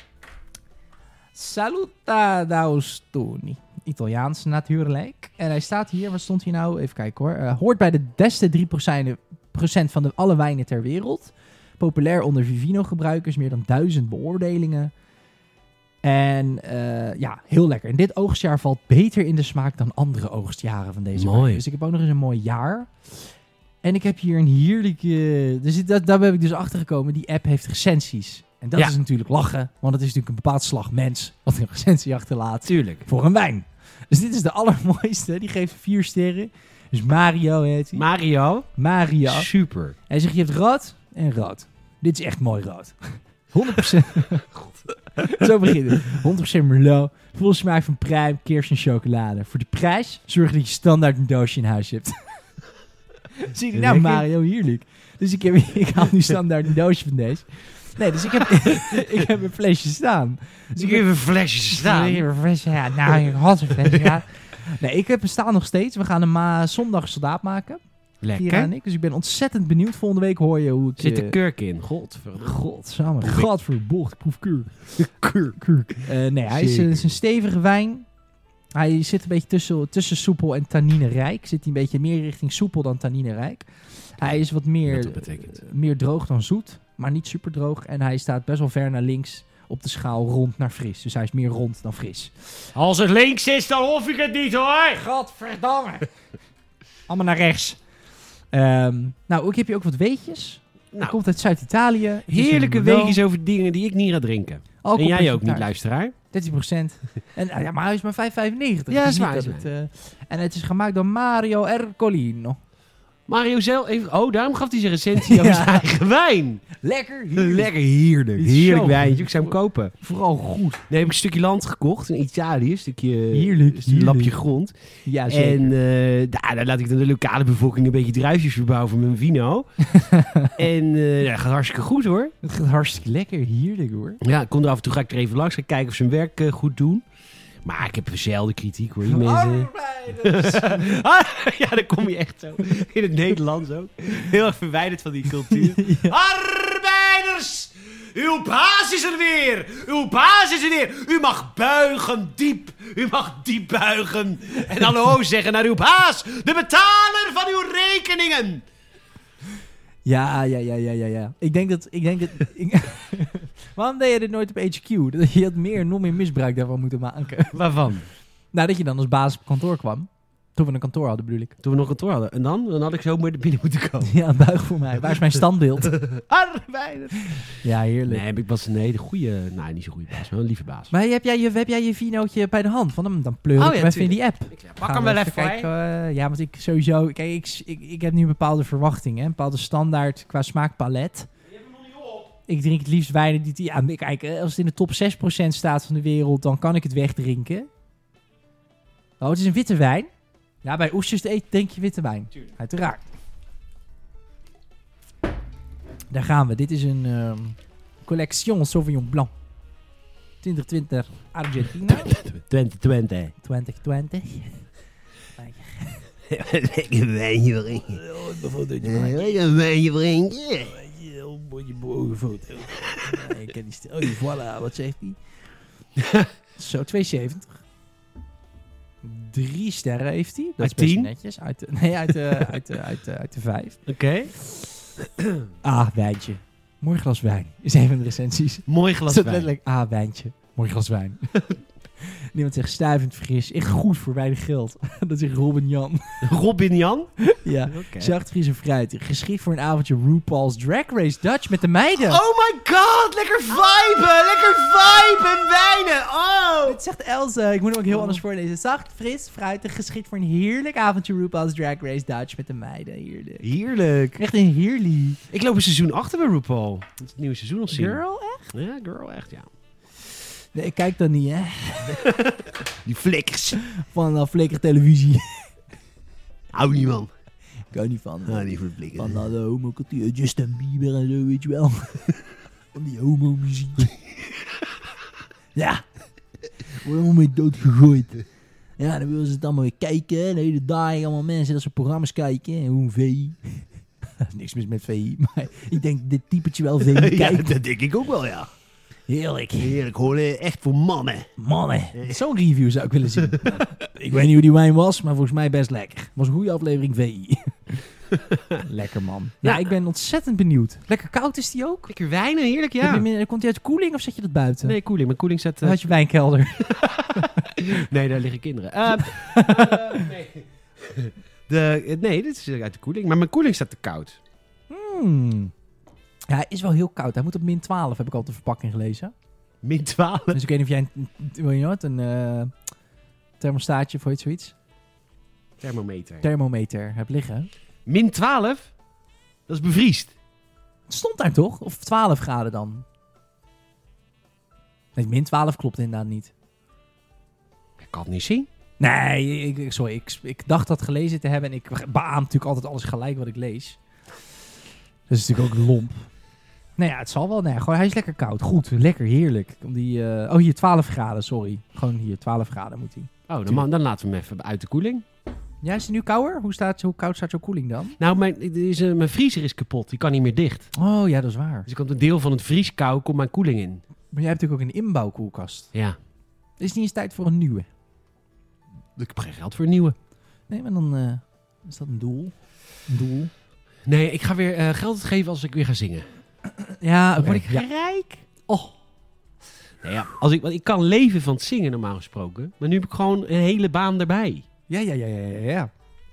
Saluta d'Austoni. Italiaans natuurlijk. En hij staat hier, wat stond hier nou? Even kijken hoor. Hoort bij de beste 3% van alle wijnen ter wereld. Populair onder Vivino-gebruikers. Meer dan 1000 beoordelingen. En heel lekker. En dit oogstjaar valt beter in de smaak dan andere oogstjaren van deze wijn. Dus ik heb ook nog eens een mooi jaar. En ik heb hier een heerlijke... Daar ben ik dus achter gekomen. Die app heeft recensies. En dat is natuurlijk lachen. Want het is natuurlijk een bepaald slag mens wat een recensie achterlaat. Tuurlijk. Voor een wijn. Dus dit is de allermooiste. Die geeft 4 sterren. Dus Mario heet hij. Mario. Super. Hij zegt, je hebt rood en rood. Dit is echt mooi rood. 100%. Zo beginnen. 100% Merlot. Vol smaak van pruim, kers en chocolade. Voor de prijs zorg dat je standaard een doosje in huis hebt. Zie je nou, Lekker. Mario, heerlijk. Dus ik haal nu standaard een doosje van deze. Nee, dus ik heb een flesje staan. Dus Ik heb een flesje staan. Ik heb een flesje, ja, nou, ik had een flesje, ja. Nee, ik heb hem staan nog steeds. We gaan hem zondag soldaat maken. Kira en Lekker. ik. Dus ik ben ontzettend benieuwd. Volgende week hoor je hoe ik... Zit de kurk in. Godverdomme. Godsamme. Godverbocht. Ik proef kurk. Nee, hij is een stevige wijn. Hij zit een beetje tussen soepel en tanninerijk. Zit hij een beetje meer richting soepel dan tanninerijk. Hij is wat Wat meer, dat betekent. meer droog dan zoet. Maar niet super droog. En hij staat best wel ver naar links op de schaal rond naar fris. Dus hij is meer rond dan fris. Als het links is, dan hoef ik het niet hoor. Godverdamme. Allemaal naar rechts. Nou, ik heb hier ook wat weetjes. Hij Nou, komt uit Zuid-Italië. Het is heerlijke een Merlot. weetjes over dingen die ik niet ga drinken. En jij ook niet, luisteraar. 13%. En, ja, maar hij is maar 5,95. Ja, Dus is waar, niet is dat het, en het is gemaakt door Mario Ercolino. Mario zelf even... Oh, daarom gaf hij zijn recensie over Ja. zijn eigen wijn. Lekker. Lekker heerlijk. Dit is Heerlijk zo wijntje. goed. Ik zou hem kopen. Vooral goed. Nee, heb ik een stukje land gekocht in Italië. Een stukje... Heerlijk, Een heerlijk. lapje grond. Ja, zeker. En daar laat ik dan de lokale bevolking een beetje druifjes verbouwen voor mijn vino. En dat gaat hartstikke goed hoor. Het gaat hartstikke lekker. Heerlijk hoor. Ja, ik kom er af en toe ga ik er even langs. Ga kijken of ze hun werk goed doen. Maar ik heb zelden kritiek hoor. Die mensen... ja, dan kom je echt zo. In het Nederlands ook. Heel erg verwijderd van die cultuur. Arbeiders! Uw baas is er weer! Uw baas is er weer! U mag buigen diep! U mag diep buigen! En hallo zeggen naar uw baas! De betaler van uw rekeningen! Ja. Ik denk dat... Waarom deed je dit nooit op HQ? Je had nog meer misbruik daarvan moeten maken. Waarvan? Nou, dat je dan als baas op kantoor kwam. Toen we een kantoor hadden, bedoel ik. Toen we nog kantoor hadden. En dan? Dan had ik zo maar naar binnen moeten komen. Ja, buig voor mij. Waar is mijn standbeeld? Arbeiders! Ja, heerlijk. Nee, ik was een hele goede... Nou, niet zo'n goede baas, maar een lieve baas. Maar heb jij je vinootje bij de hand? Want dan pleur ik Oh, hem ja, even in die app. Pak Gaan hem we wel even kijken. voor je. Ja, want ik sowieso... Kijk, ik heb nu een bepaalde verwachting. Een bepaalde standaard qua smaakpalet. Ik drink het liefst wijnen die... Ja, kijk, als het in de top 6% staat van de wereld, dan kan ik het wegdrinken. Oh, het is een witte wijn. Ja, bij oesters te eten denk je witte wijn. Tuurlijk. Uiteraard. Daar gaan we. Dit is een Collection Sauvignon Blanc. 2020 Argentina. 2020. 2020. Lekker wijntje drinken. Lekker wijntje drinken. Heel mooie mooie foto. Ik ken die stil. Oh, voilà. Wat zegt hij? Zo, 2,70. 3 sterren heeft hij. Dat Uit is best 10? netjes. Uit de 5. Oké. Wijntje. Mooi glas wijn. Is een van de recensies. Mooi glas Staat wijn. letterlijk, wijntje. Mooi glas wijn. Niemand zegt stuivend fris. Echt goed voor weinig geld. Dat zegt Robin Jan. Robin Jan? Ja. Oké. Zacht, fris en fruitig. Geschikt voor een avondje RuPaul's Drag Race Dutch met de meiden. Oh my god, lekker viben! Lekker viben, wijnen! Oh! Het zegt Elze. Ik moet hem ook heel anders voorlezen. Zacht, fris, fruitig. Geschikt voor een heerlijk avondje RuPaul's Drag Race Dutch met de meiden. Heerlijk. Heerlijk. Echt een heerlijk. Ik loop een seizoen achter bij RuPaul. Het is het nieuwe seizoen al zien. Girl, echt? Ja, girl, echt, ja. Nee, ik kijk dan niet, hè. Die flikkers. Van flikker televisie. Hou niet, man. Ik hou niet van. Hou niet voor de flikkers. Van de homocultuur. Justin Bieber en zo, weet je wel. Van die homo-muziek. Ja. Wordt allemaal mee doodgegooid. Ja, dan willen ze het allemaal weer kijken. De hele dag allemaal mensen dat ze programma's kijken. Hoe VI. Er is niks mis met VI. Maar ik denk dit typetje wel VI Ja, kijkt. dat denk ik ook wel, ja. Heerlijk. Heerlijk, hoor. Echt voor mannen. Mannen. Zo'n review zou ik willen zien. Ik weet niet hoe die wijn was, maar volgens mij best lekker. Was een goede aflevering VI. Lekker, man. Ja, Ja. ik ben ontzettend benieuwd. Lekker koud is die ook? Lekker wijnen, heerlijk, Heb ja. je komt die uit de koeling of zet je dat buiten? Nee, koeling. Mijn koeling zet... Dan had je wijnkelder. Nee, daar liggen kinderen. Nee, dit is uit de koeling. Maar mijn koeling staat te koud. Ja, hij is wel heel koud. Hij moet op min 12, heb ik al op de verpakking gelezen. Min 12. Dus ik weet niet of jij een thermostaatje, of hoe heet zoiets? Thermometer. Thermometer hebt liggen. Min 12? Dat is bevriest. Het stond daar toch? Of 12 graden dan? Nee, min 12 klopt inderdaad niet. Ik kan het niet zien. Nee, sorry. Ik dacht dat gelezen te hebben. En ik beaam natuurlijk altijd alles gelijk wat ik lees. Dat is natuurlijk ook lomp. Nou ja, het zal wel. Nee, gewoon, hij is lekker koud. Goed, lekker, heerlijk. Hier 12 graden, sorry. Gewoon hier, 12 graden moet hij. Oh, dan laten we hem even uit de koeling. Ja, is het nu kouder? Hoe koud staat jouw koeling dan? Nou, mijn vriezer is kapot. Die kan niet meer dicht. Oh ja, dat is waar. Dus ik komt een deel van het vrieskou, komt mijn koeling in. Maar jij hebt natuurlijk ook een inbouwkoelkast. Ja. Is het niet eens tijd voor een nieuwe? Ik heb geen geld voor een nieuwe. Nee, maar dan is dat een doel. Een doel. Nee, ik ga weer geld uitgeven als ik weer ga zingen. Ja, Dan word ik rijk. Oh. Nou ja, want ik kan leven van het zingen normaal gesproken. Maar nu heb ik gewoon een hele baan erbij. Ja.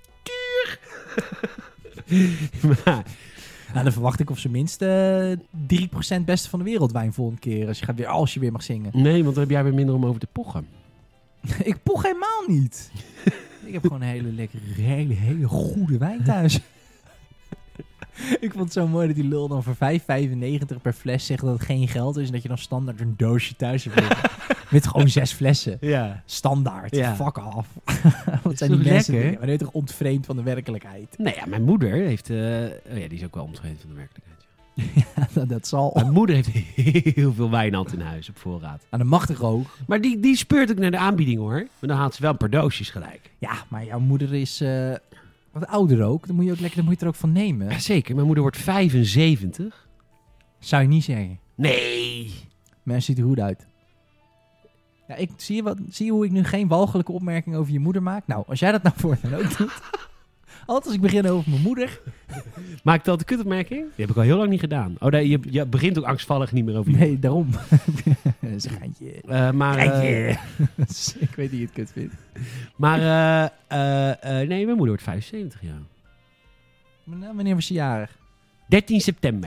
Maar, Nou, dan verwacht ik op zijn minst 3% beste van de wereld wijn volgende keer. Als je weer mag zingen. nee, want dan heb jij weer minder om over te pochen. Ik poch helemaal niet. Ik heb gewoon een hele lekkere, hele goede wijn thuis. Ik vond het zo mooi dat die lul dan voor €5,95 per fles zegt dat het geen geld is. En dat je dan standaard een doosje thuis hebt liggen. Met gewoon 6 flessen. Ja. Standaard. Ja. Fuck af. Wat Is zijn die toch mensen? lekker? Maar nu toch ontvreemd van de werkelijkheid. Nou ja, mijn moeder heeft... die is ook wel omschreven van de werkelijkheid. Dat zal. Mijn moeder heeft heel veel wijnhand in huis op voorraad. Aan de machtig ook. Maar die speurt ook naar de aanbieding hoor. Maar dan haalt ze wel een paar doosjes gelijk. Ja, maar jouw moeder is wat ouder ook. Dan moet je er ook van nemen. Ja, zeker, mijn moeder wordt 75. Zou je niet zeggen. Nee. Maar ziet er goed uit. Ja, zie je hoe ik nu geen walgelijke opmerking over je moeder maak? Nou, als jij dat nou voortaan ook doet. Altijd als ik begin over mijn moeder. Maak ik dat de kutopmerking? Die heb ik al heel lang niet gedaan. Oh, nee, je begint ook angstvallig niet meer over je Nee, daarom. Dat is een geintje. maar Ik weet niet je het kut vindt. maar nee, mijn moeder wordt 75 jaar. Nou, wanneer was je jarig? 13 september.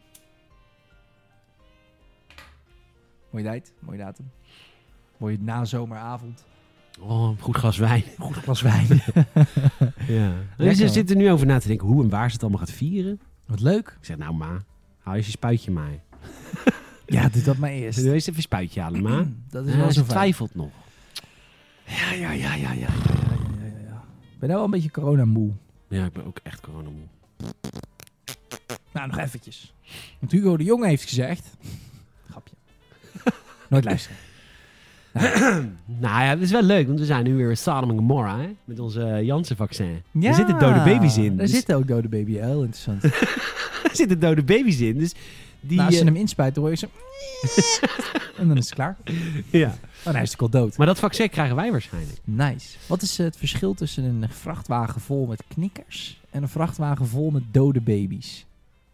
Mooie tijd, mooie datum. Mooie nazomeravond. Oh, een goed glas wijn. Goed glas wijn. Ja. Lekker, Ze zitten er nu over na te denken hoe en waar ze het allemaal gaat vieren. Wat leuk. Ik zeg, nou ma, hou eens je spuitje maar. Ja, doe dat maar eerst. Doe eens even een spuitje halen, ma. Dat is wel zo Ze fijn. twijfelt nog. Ja. Ik ben nou wel een beetje coronamoe. Ja, ik ben ook echt coronamoe. Nou, nog eventjes. Want Hugo de Jonge heeft gezegd... Grapje. Nooit luisteren. Nou ja, het is wel leuk, want we zijn nu weer Sodom en Gomorra, hè? Met onze Janssen-vaccin. Ja, Er zitten dode baby's in. Daar Dus- zitten ook dode baby's. Heel interessant. Er zitten dode baby's in, dus die... Nou, als ze hem inspuiten, hoor je zo... en dan is het klaar. ja. Oh, hij is natuurlijk al dood. Maar dat vaccin krijgen wij waarschijnlijk. Nice. Wat is het verschil tussen een vrachtwagen vol met knikkers... en een vrachtwagen vol met dode baby's?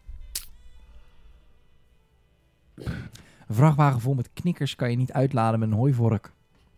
Een vrachtwagen vol met knikkers kan je niet uitladen met een hooivork.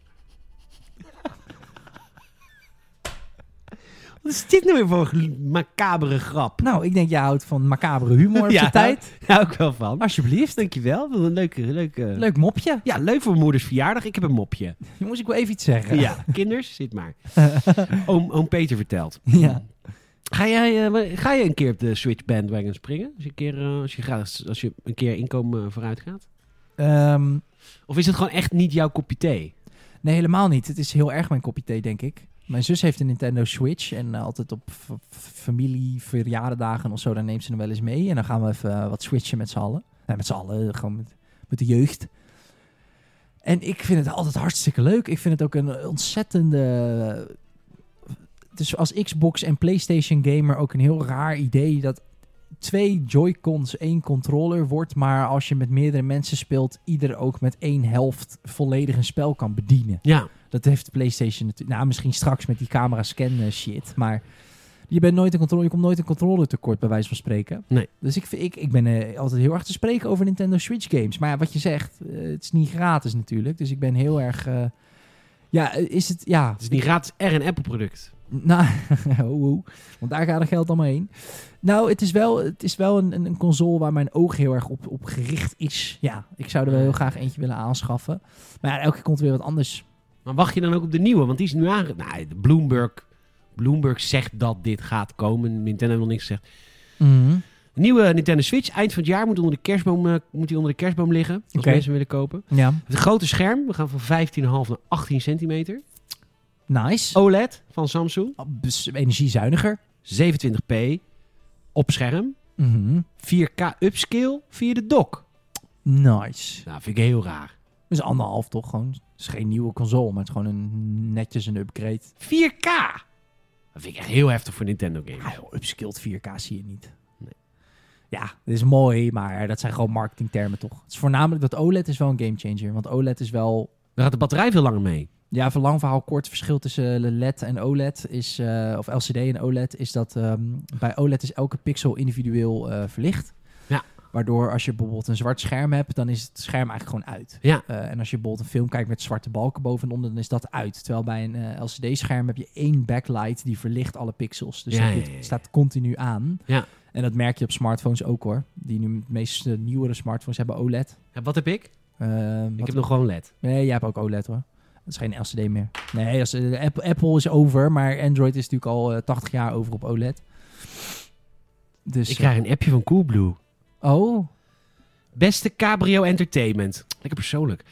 Wat is dit nou weer voor een macabere grap? Nou, ik denk, jij houdt van macabere humor op Ja. zijn tijd. Daar hou ik wel van. Alsjeblieft. Dankjewel. Wat een leuke... Leuk mopje. Ja, leuk voor mijn moeders verjaardag. Ik heb een mopje. Moest ik wel even iets zeggen. Ja, kinders, zit maar. Oom Peter vertelt. Ja. Ga je een keer op de Switch bandwagon springen? Als je een keer inkomen vooruit gaat? Of is het gewoon echt niet jouw kopje thee? Nee, helemaal niet. Het is heel erg mijn kopje thee, denk ik. Mijn zus heeft een Nintendo Switch en altijd op familieverjaardagen of zo, dan neemt ze hem wel eens mee. En dan gaan we even wat switchen met z'n allen. Nee, met z'n allen, gewoon met de jeugd. En ik vind het altijd hartstikke leuk. Ik vind het ook een ontzettende... Dus als Xbox en PlayStation gamer ook een heel raar idee dat 2 Joy-Cons 1 controller wordt, maar als je met meerdere mensen speelt, ieder ook met 1 helft volledig een spel kan bedienen. Ja. Dat heeft de PlayStation natuurlijk. Nou, misschien straks met die camera scan shit, maar je komt nooit een controller tekort bij wijze van spreken. Nee. Dus ik ben altijd heel erg te spreken over Nintendo Switch games. Maar ja, wat je zegt, het is niet gratis natuurlijk. Dus ik ben heel erg... is het... Ja. Het is niet gratis een Apple product. Nou, want daar gaat het geld allemaal heen. Nou, het is wel een console waar mijn oog heel erg op gericht is. Ja, ik zou er wel heel graag eentje willen aanschaffen. Maar ja, elke keer komt er weer wat anders. Maar wacht je dan ook op de nieuwe? Want die is nu Bloomberg zegt dat dit gaat komen. Nintendo heeft nog niks gezegd. Mhm. De nieuwe Nintendo Switch, eind van het jaar, moet die onder de kerstboom liggen. Als Oké. mensen willen kopen. Ja. Het is een grote scherm. We gaan van 15,5 naar 18 centimeter. Nice. OLED van Samsung. Dus energiezuiniger. 27p op scherm. 4K upscale via de dock. Nice. Nou, vind ik heel raar. Dus 1,5 toch gewoon. Het is geen nieuwe console, maar het is gewoon netjes een upgrade. 4K! Dat vind ik echt heel heftig voor Nintendo games. Ah, joh, upskilled 4K zie je niet. Nee. Ja, dit is mooi, maar dat zijn gewoon marketingtermen toch. Het is voornamelijk dat OLED is wel een gamechanger. Want OLED is wel... Daar gaat de batterij veel langer mee. Ja, voor lang verhaal kort, verschil tussen LED en OLED is... of LCD en OLED is dat... bij OLED is elke pixel individueel verlicht. Ja. Waardoor als je bijvoorbeeld een zwart scherm hebt, dan is het scherm eigenlijk gewoon uit. Ja. En als je bijvoorbeeld een film kijkt met zwarte balken boven en onder, dan is dat uit. Terwijl bij een LCD-scherm heb je 1 backlight die verlicht alle pixels. Dus het staat continu aan. Ja. En dat merk je op smartphones ook hoor. Die nu de meeste nieuwere smartphones hebben OLED. Ja, wat heb ik? Ik heb nog gewoon LED. Nee, jij hebt ook OLED hoor. Dat is geen LCD meer. Nee, Apple is over, maar Android is natuurlijk al 80 jaar over op OLED. Dus, ik krijg een appje van Coolblue. Oh. Beste Cabrio Entertainment. Lekker persoonlijk.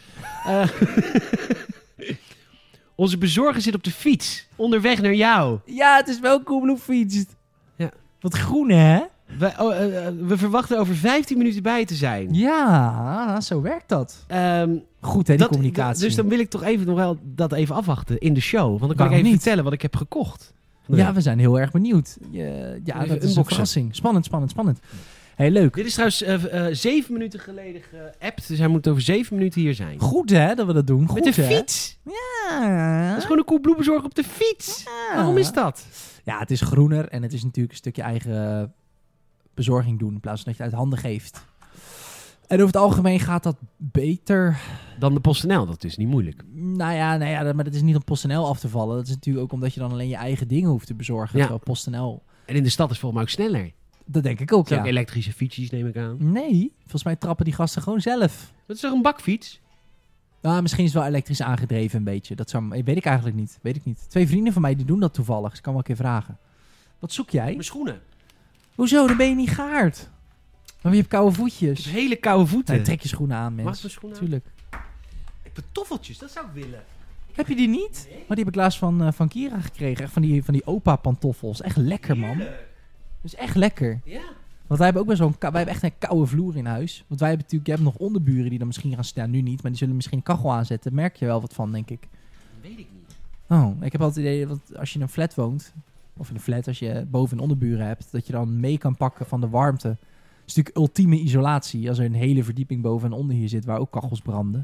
Onze bezorger zit op de fiets. Onderweg naar jou. Ja, het is wel Coolblue fietst. Ja. Wat groen hè? We verwachten over 15 minuten bij te zijn. Ja, zo werkt dat. Goed hè, die communicatie. Dus dan wil ik toch even nog wel dat even afwachten in de show. Want dan kan ik even vertellen wat ik heb gekocht. Ja, we zijn heel erg benieuwd. Ja, dat is een verrassing. Spannend. Heel leuk. Dit is trouwens 7 minuten geleden geappt. Dus hij moet over 7 minuten hier zijn. Goed hè, dat we dat doen. Goed, met de hè? fiets. Ja. Dat is gewoon een Coolblue bezorger op de fiets. Ja. Waarom is dat? Ja, het is groener en het is natuurlijk een stukje eigen bezorging doen. In plaats van dat je het uit handen geeft. En over het algemeen gaat dat beter. Dan de PostNL, dat is niet moeilijk. Nou ja, maar dat is niet om PostNL af te vallen. Dat is natuurlijk ook omdat je dan alleen je eigen dingen hoeft te bezorgen. Ja. Terwijl PostNL... En in de stad is volgens mij ook sneller. Dat denk ik ook, ja. Ook elektrische fietsjes, neem ik aan. Nee, volgens mij trappen die gasten gewoon zelf. Dat is toch een bakfiets? Nou, misschien is het wel elektrisch aangedreven een beetje. Dat weet ik eigenlijk niet. Weet ik niet. 2 vrienden van mij die doen dat toevallig. Dus ik kan wel een keer vragen. Wat zoek jij? Mijn schoenen. Hoezo? Dan ben je niet gaard. Maar je hebt koude voetjes. Ik heb hele koude voeten. Nee, trek je schoenen aan, mensen. Mag ik mijn schoenen aan? Tuurlijk. Ik heb toffeltjes, dat zou ik willen. Heb je die niet? Nee. Maar die heb ik laatst van Kira gekregen. Echt van die opa-pantoffels. Echt lekker, man. Dat is echt lekker. Ja. Want wij hebben ook wij hebben echt een koude vloer in huis. Want wij hebben natuurlijk, je hebt nog onderburen die dan misschien gaan staan. Nu niet, maar die zullen misschien een kachel aanzetten. Merk je wel wat van, denk ik. Dat weet ik niet. Oh, ik heb altijd het idee dat als je in een flat woont, of in een flat, als je boven- en onderburen hebt, dat je dan mee kan pakken van de warmte. Het is natuurlijk ultieme isolatie als er een hele verdieping boven en onder hier zit waar ook kachels branden.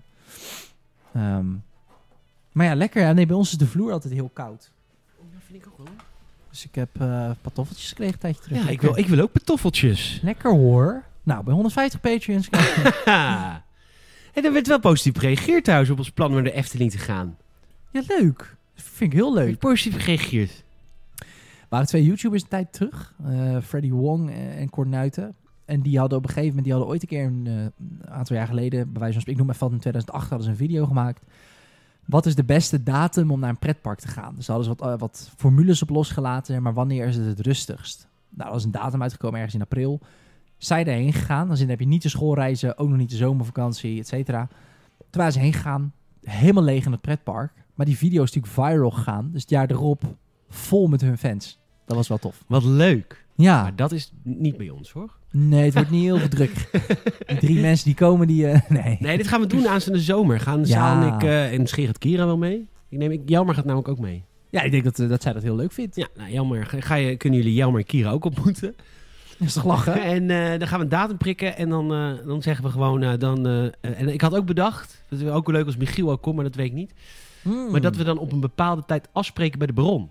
Maar ja, lekker. Ja, nee, bij ons is de vloer altijd heel koud. Oh, dat vind ik ook wel. Dus ik heb pantoffeltjes gekregen een tijdje terug. Ja, ik wil ook pantoffeltjes. Lekker hoor. Nou, bij 150 Patreons. En er werd wel positief gereageerd thuis op ons plan om naar de Efteling te gaan. Ja, leuk. Dat vind ik heel leuk. Positief gereageerd. Er waren 2 YouTubers een tijd terug. Freddy Wong en Cor Nuiten. En die hadden op een gegeven moment, ooit een keer een aantal jaar geleden, bij wijze van spreken, ik noem maar van in 2008 hadden ze een video gemaakt. Wat is de beste datum om naar een pretpark te gaan? Dus daar hadden ze wat formules op losgelaten, maar wanneer is het rustigst? Nou, er is een datum uitgekomen ergens in april. Zij daarheen gegaan, dan heb je niet de schoolreizen, ook nog niet de zomervakantie, et cetera. Toen waren ze heen gegaan, helemaal leeg in het pretpark. Maar die video is natuurlijk viral gegaan, dus het jaar erop vol met hun fans. Dat was wel tof. Wat leuk. Ja. Maar dat is niet bij ons, hoor. Nee, het wordt niet heel veel druk. Die 3 mensen die komen, nee. Nee, dit gaan we doen aanstaande zomer. Gaan Saal en ik en Gerard Kira wel mee. Jelmer gaat namelijk ook mee. Ja, ik denk dat zij dat heel leuk vindt. Ja, nou, Jelmer, kunnen jullie Jelmer en Kira ook ontmoeten? Dat is toch lachen? En dan gaan we een datum prikken en dan zeggen we gewoon... en ik had ook bedacht, dat is ook leuk als Michiel ook komt, maar dat weet ik niet. Maar dat we dan op een bepaalde tijd afspreken bij de Baron.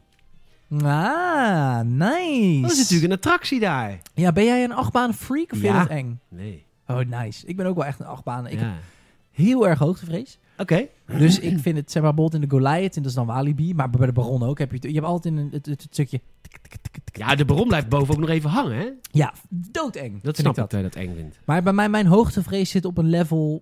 Ah, nice. Dat is natuurlijk een attractie daar. Ja, ben jij een achtbaan-freak of vind je dat eng? Nee. Oh, nice. Ik ben ook wel echt een achtbaan. Ik heb heel erg hoogtevrees. Oké. Dus ik vind het, zeg maar, bijvoorbeeld in de Goliath, en dat is dan Walibi, maar bij de Baron ook, je hebt altijd het stukje... Ja, de Baron blijft boven ook nog even hangen, hè? Ja, doodeng. Dat snap ik dat je dat eng vindt. Maar bij mij, mijn hoogtevrees zit op een level...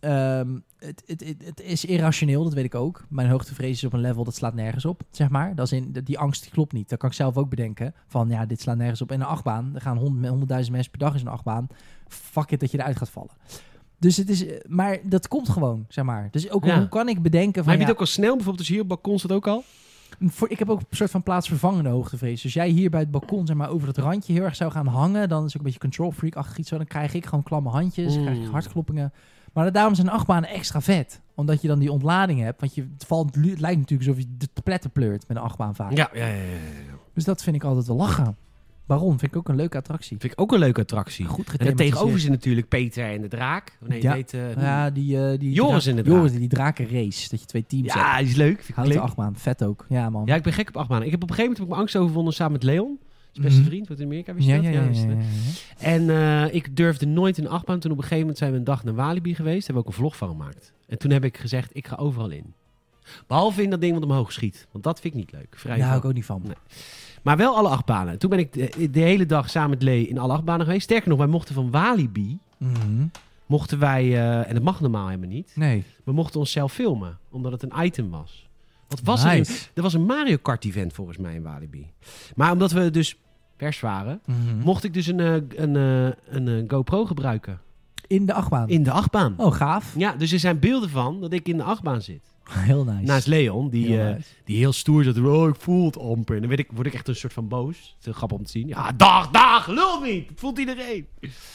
Het is irrationeel, dat weet ik ook. Mijn hoogtevrees is op een level dat slaat nergens op, zeg maar. Die angst die klopt niet. Dat kan ik zelf ook bedenken. Van ja, dit slaat nergens op. In een achtbaan, er gaan 100.000 mensen per dag in zo'n achtbaan. Fuck it dat je eruit gaat vallen. Dus het is, maar dat komt gewoon, zeg maar. Dus ook hoe kan ik bedenken van... Maar heb je het ook al snel? Bijvoorbeeld als je hier op het balkon staat ook al? Ik heb ook een soort van plaatsvervangende hoogtevrees. Dus jij hier bij het balkon zeg maar, over het randje heel erg zou gaan hangen, dan is ook een beetje control freak-achtig iets zo. Dan krijg ik gewoon klamme handjes, dan krijg ik hartkloppingen. Maar daarom zijn achtbanen extra vet. Omdat je dan die ontlading hebt. Want het lijkt natuurlijk alsof je de pletten pleurt met een achtbaan vaak. Ja. Dus dat vind ik altijd wel lachen. Baron vind ik ook een leuke attractie. Vind ik ook een leuke attractie. Goed En gethematiseerd. tegenover zit natuurlijk Peter en de Draak. Nee, Ja. heet, Die Joris in de Draak. Joris, die drakenrace. Dat je 2 teams hebt. Ja, die is leuk. Vind ik Houten leuk. achtbaan. Vet ook. Ja, man. Ja, ik ben gek op achtbanen. Ik heb op een gegeven moment mijn angst overwonnen samen met Leon. Zijn beste vriend, wat in Amerika wist je dat? Wist je dat? En ik durfde nooit een achtbaan. Toen op een gegeven moment zijn we een dag naar Walibi geweest. Hebben we ook een vlog van gemaakt. En toen heb ik gezegd, ik ga overal in. Behalve in dat ding wat omhoog schiet. Want dat vind ik niet leuk. Vrij Daar hou ik van. ook niet van. Nee. Maar wel alle achtbanen. Toen ben ik de hele dag samen met Lee in alle achtbanen geweest. Sterker nog, wij mochten van Walibi... mochten wij... en dat mag normaal helemaal niet. Nee. We mochten onszelf filmen. Omdat het een item was. Wat was er? Nice. Er was een Mario Kart event volgens mij in Walibi. Maar omdat we dus pers waren... mocht ik dus een GoPro gebruiken. In de achtbaan? In de achtbaan. Oh, gaaf. Ja, dus er zijn beelden van dat ik in de achtbaan zit. Heel nice. Naast Leon, die heel stoer zat. Oh, ik voel het amper. En dan word ik echt een soort van boos. Het is heel grappig om te zien. Ja, dag, lul niet. Dat voelt iedereen.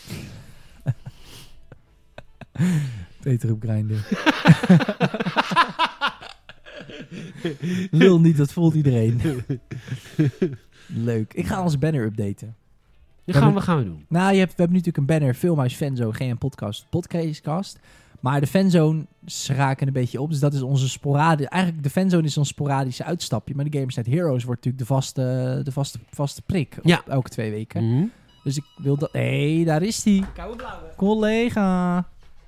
Peter op Grindr. Lul niet, dat voelt iedereen. Leuk. Ik ga onze banner updaten. Wat gaan we doen? Nou, we hebben natuurlijk een banner. Filmhuis Fanzone, geen podcast. Maar de fanzone raken een beetje op. Dus dat is onze sporadische... Eigenlijk, de fanzone is ons sporadische uitstapje. Maar de Gamers Net Heroes wordt natuurlijk de vaste prik. Ja. Elke 2 weken. Dus ik wil dat... Hé, daar is die. Koude blauwe. Collega.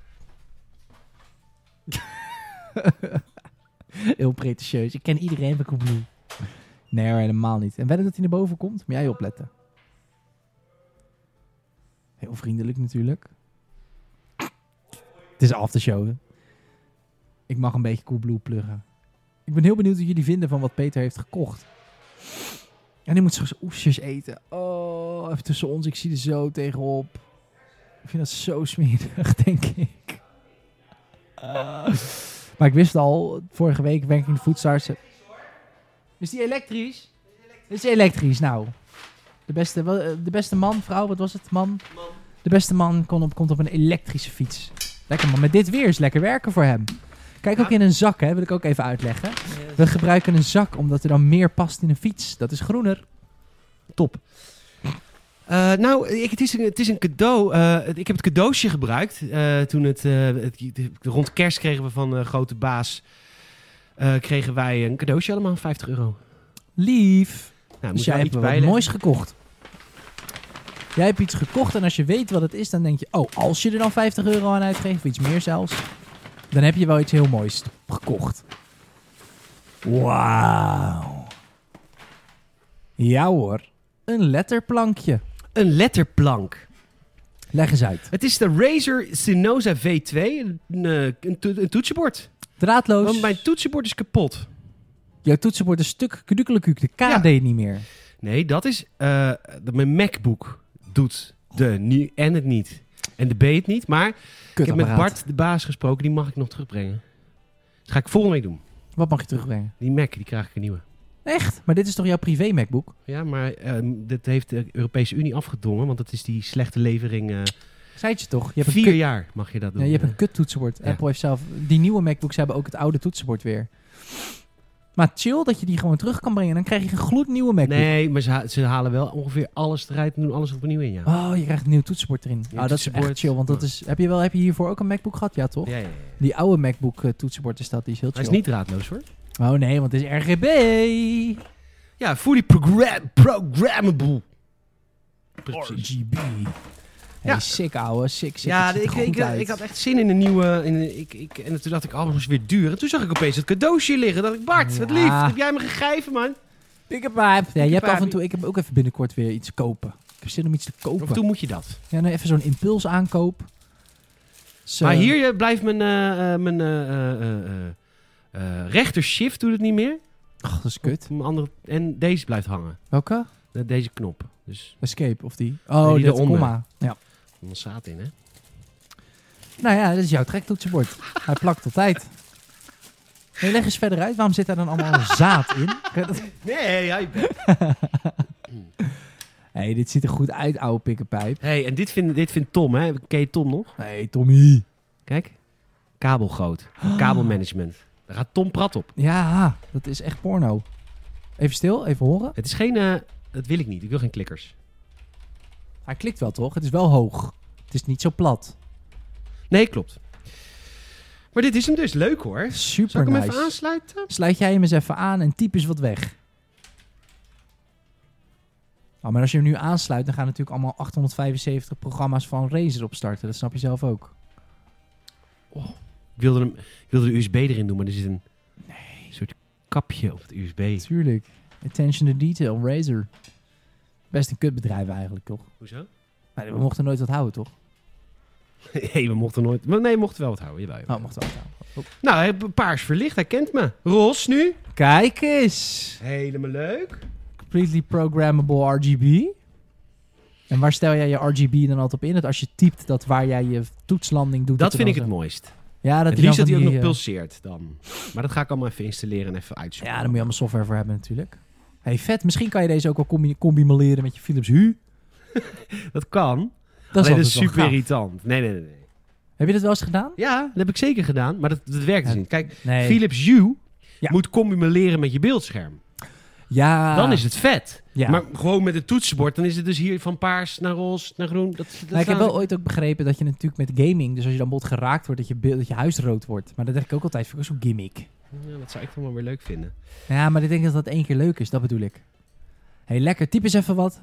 Heel pretentieus. Ik ken iedereen van Coolblue. Nee, helemaal niet. En wedden dat hij naar boven komt? Moet jij opletten. Heel vriendelijk natuurlijk. Het is aftershow. Ik mag een beetje Coolblue pluggen. Ik ben heel benieuwd wat jullie vinden van wat Peter heeft gekocht. En die moet straks oesters eten. Oh, even tussen ons. Ik zie er zo tegenop. Ik vind dat zo smerig, denk ik. Maar ik wist al, vorige week werk ik in de Foodstarts. Is die elektrisch? Is elektrisch, nou. De beste man, vrouw, wat was het? Man. De beste man komt op een elektrische fiets. Lekker man, met dit weer is lekker werken voor hem. Kijk ook in een zak, hè, wil ik ook even uitleggen. We gebruiken een zak omdat er dan meer past in een fiets. Dat is groener. Top. Het is een cadeau. Ik heb het cadeautje gebruikt. Toen rond kerst kregen we van grote baas... kregen wij een cadeautje allemaal, €50. Lief. Nou, Dus jij hebt wat moois gekocht. Jij hebt iets gekocht en als je weet wat het is, dan denk je... Oh, als je er dan €50 aan uitgeeft, of iets meer zelfs... dan heb je wel iets heel moois gekocht. Wauw. Ja hoor. Een letterplankje. Een letterplank. Leg eens uit. Het is de Razer Synosa V2. Een toetsenbord. Draadloos. Want mijn toetsenbord is kapot. Jouw toetsenbord is stuk kudukelekuuk. De K deed niet meer. Nee, dat is... mijn MacBook doet en het niet. En de B het niet. Maar ik heb met Bart, de baas, gesproken. Die mag ik nog terugbrengen. Dat ga ik volgende week doen. Wat mag je terugbrengen? Die Mac, die krijg ik een nieuwe. Echt? Maar dit is toch jouw privé MacBook? Ja, maar dat heeft de Europese Unie afgedwongen. Want dat is die slechte levering. Zei het je toch? Je hebt 4 jaar mag je dat doen. Ja, je hebt een kut toetsenbord. Ja. Apple heeft zelf... Die nieuwe MacBooks hebben ook het oude toetsenbord weer. Maar chill dat je die gewoon terug kan brengen. Dan krijg je een gloednieuwe MacBook. Nee, maar ze halen wel ongeveer alles eruit en doen alles opnieuw in, ja. Oh, je krijgt een nieuw toetsenbord erin. Ja, Oh, dat is echt chill. Want dat is... Heb je hiervoor ook een MacBook gehad? Ja, toch? Ja. Die oude MacBook toetsenbord is dat. Die is heel chill. Hij is niet draadloos, hoor. Oh nee, want het is RGB. Ja, fully programmable. RGB. Hey, Ja. sick ouwe. Sick. Ja, Het ziet er goed uit. ik had echt zin in een nieuwe... En toen dacht ik, nog eens weer duur. En toen zag ik opeens het cadeautje liggen. Dacht ik, Bart, wat Ja. lief. Heb jij me gegeven, man? Pick a pipe. Ja, je hebt af en pipe. toe... Ik heb ook even binnenkort weer iets kopen. Ik heb zin om iets te kopen. Of toen moet je dat. Ja, nou even zo'n impulsaankoop. Zo. Maar hier blijft mijn rechter shift doet het niet meer. Ach, dat is kut. Mijn andere, en deze blijft hangen. Welke? Deze knop. Dus Escape of die? Oh, Nee, die dit eronder. komma. Ja. er staat in, hè? Nou ja, dat is jouw trektoetsenbord. Hij plakt altijd. Nee, leg eens verder uit. Waarom zit daar dan allemaal zaad in? Nee, jij bent. Hey, dit ziet er goed uit, oude pikkenpijp. Hey, en dit vindt Tom, hè? Ken je Tom nog? Hey, Tommy. Kijk. Kabelgroot. Kabelmanagement. Daar gaat Tom Prat op. Ja, dat is echt porno. Even stil, even horen. Het is geen... dat wil ik niet. Ik wil geen klikkers. Hij klikt wel, toch? Het is wel hoog. Het is niet zo plat. Nee, klopt. Maar dit is hem dus. Leuk hoor. Super Zal ik hem nice. even aansluiten? Sluit jij hem eens even aan en typ eens wat weg. Oh, maar als je hem nu aansluit, dan gaan natuurlijk allemaal 875 programma's van Razer opstarten. Dat snap je zelf ook. Oh, ik wilde de USB erin doen, maar er zit een soort kapje op het USB. Tuurlijk. Attention to detail, Razer. Best een kutbedrijf eigenlijk, toch? Hoezo? Nee, we mochten nooit wat houden, toch? Nee, we mochten nooit... Nee, we mochten wel wat houden. Jawel, jawel. Oh, mochten we wat houden. Oh. Nou, hij heeft paars verlicht. Hij kent me. Ros nu. Kijk eens. Helemaal leuk. Completely programmable RGB. En waar stel jij je RGB dan altijd op in? Dat als je typt dat waar jij je toetslanding doet... Dat vind ik er het dan mooist. Ja, dat Het liefst dat hij ook nog die, pulseert dan. Maar dat ga ik allemaal even installeren en even uitzoeken. Ja, daar moet je allemaal software voor hebben natuurlijk. Hey, vet. Misschien kan je deze ook wel combineren met je Philips Hue. Dat kan. Dat Alleen dat is is super irritant. Nee. Heb je dat wel eens gedaan? Ja, dat heb ik zeker gedaan. Maar dat werkt dus niet. Kijk, Nee. Philips Hue Ja. moet combineren met je beeldscherm. Ja. Dan is het vet. Ja. Maar gewoon met het toetsenbord, dan is het dus hier van paars naar roze naar groen. Nou, ik heb wel ooit ook begrepen dat je natuurlijk met gaming, dus als je dan bot geraakt wordt, dat je huis rood wordt. Maar dat denk ik ook altijd, vind ik ook zo'n gimmick. Ja, dat zou ik dan wel weer leuk vinden. Ja, maar ik denk dat dat 1 keer leuk is, dat bedoel ik. Hey, lekker. Typ eens even wat.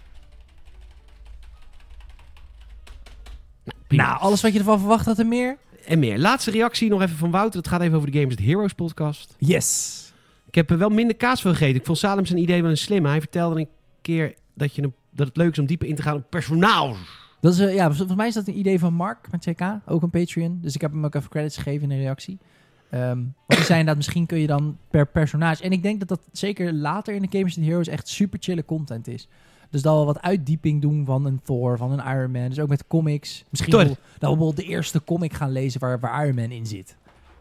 Prima. Nou, alles wat je ervan verwacht, had er meer? En meer. Laatste reactie nog even van Wouter. Het gaat even over de Games at Heroes podcast. Yes. Ik heb er wel minder kaas van gegeten. Ik vond Salem zijn idee wel een slim. Hij vertelde een keer dat het leuk is om dieper in te gaan op personaal. Dat is, ja, volgens mij is dat een idee van Mark met CK, ook een Patreon. Dus ik heb hem ook even credits gegeven in de reactie. Want die zei inderdaad, misschien kun je dan per personage... En ik denk dat dat zeker later in de Games and Heroes echt super chille content is. Dus dat we wat uitdieping doen van een Thor, van een Iron Man. Dus ook met comics. Misschien Thor. dat we bijvoorbeeld de eerste comic gaan lezen waar Iron Man in zit.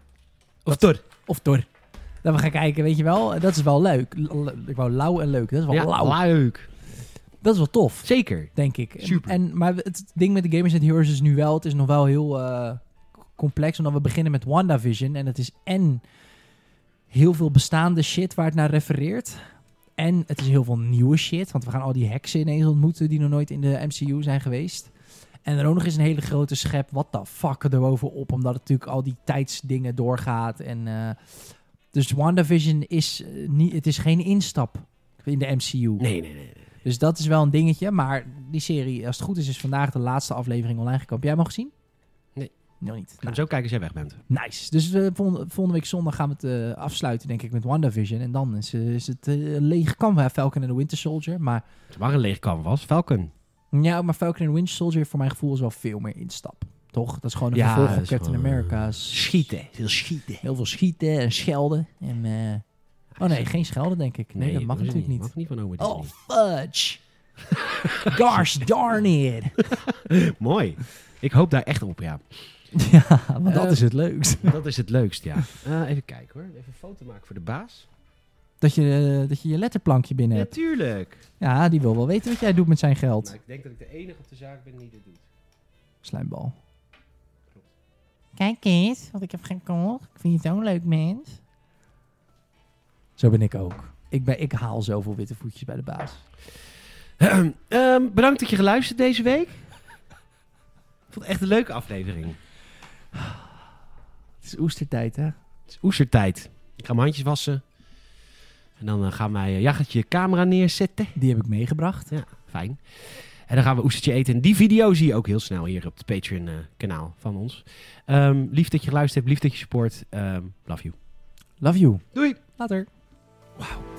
Of Thor. Of Thor. Dat we gaan kijken, weet je wel. Dat is wel leuk. Ik wou lauw en leuk. Dat is wel Ja, lauw. leuk. Dat is wel tof. Zeker. Denk ik. Super. Maar het ding met de Gamers and Heroes is nu wel... Het is nog wel heel complex. Omdat we beginnen met WandaVision. En het is en heel veel bestaande shit waar het naar refereert. En het is heel veel nieuwe shit. Want we gaan al die heksen ineens ontmoeten... die nog nooit in de MCU zijn geweest. En er ook nog eens een hele grote schep... what the fuck erbovenop. Omdat het natuurlijk al die tijdsdingen doorgaat. En, dus WandaVision is, het is geen instap in de MCU. Nee. Dus dat is wel een dingetje. Maar die serie, als het goed is vandaag de laatste aflevering online gekomen. Heb jij hem al gezien? Nee. Nog niet. Ik ga hem zo kijken als jij weg bent. Nice. Dus volgende week zondag gaan we het afsluiten, denk ik, met WandaVision. En dan is het leeg kan. Falcon en the Winter Soldier. Maar Het was een leeg canvas. Falcon. ja, maar Falcon en the Winter Soldier voor mijn gevoel is wel veel meer instap. Toch? Dat is gewoon een vervolg op dat is Captain gewoon, America's. Schieten. Veel schieten. Heel veel schieten en schelden. En, oh nee, geen schelden, denk ik. Nee, dat mag natuurlijk niet. Mag niet van oma Oh, Disney. fudge. Gosh darn it. Mooi. Ik hoop daar echt op, ja. Ja, maar dat is het leukst. Dat is het leukst, ja. Even kijken hoor. Even een foto maken voor de baas. Dat je je letterplankje binnen hebt. Natuurlijk. Ja, die wil wel weten wat jij doet met zijn geld. Nou, ik denk dat ik de enige op de zaak ben die dit doet. Slijmbal. Kijk eens, wat ik heb gekocht. Ik vind je zo'n leuk mens. Zo ben ik ook. Ik haal zoveel witte voetjes bij de baas. Bedankt dat je geluisterd deze week. Ik vond het echt een leuke aflevering. Het is oestertijd, hè? Het is oestertijd. Ik ga mijn handjes wassen. En dan gaan wij... gaat je camera neerzetten. Die heb ik meegebracht. Ja, fijn. En dan gaan we oestertje eten. En die video zie je ook heel snel hier op het Patreon-kanaal van ons. Lief dat je geluisterd hebt. Lief dat je support. Love you. Love you. Doei. Later. Wauw.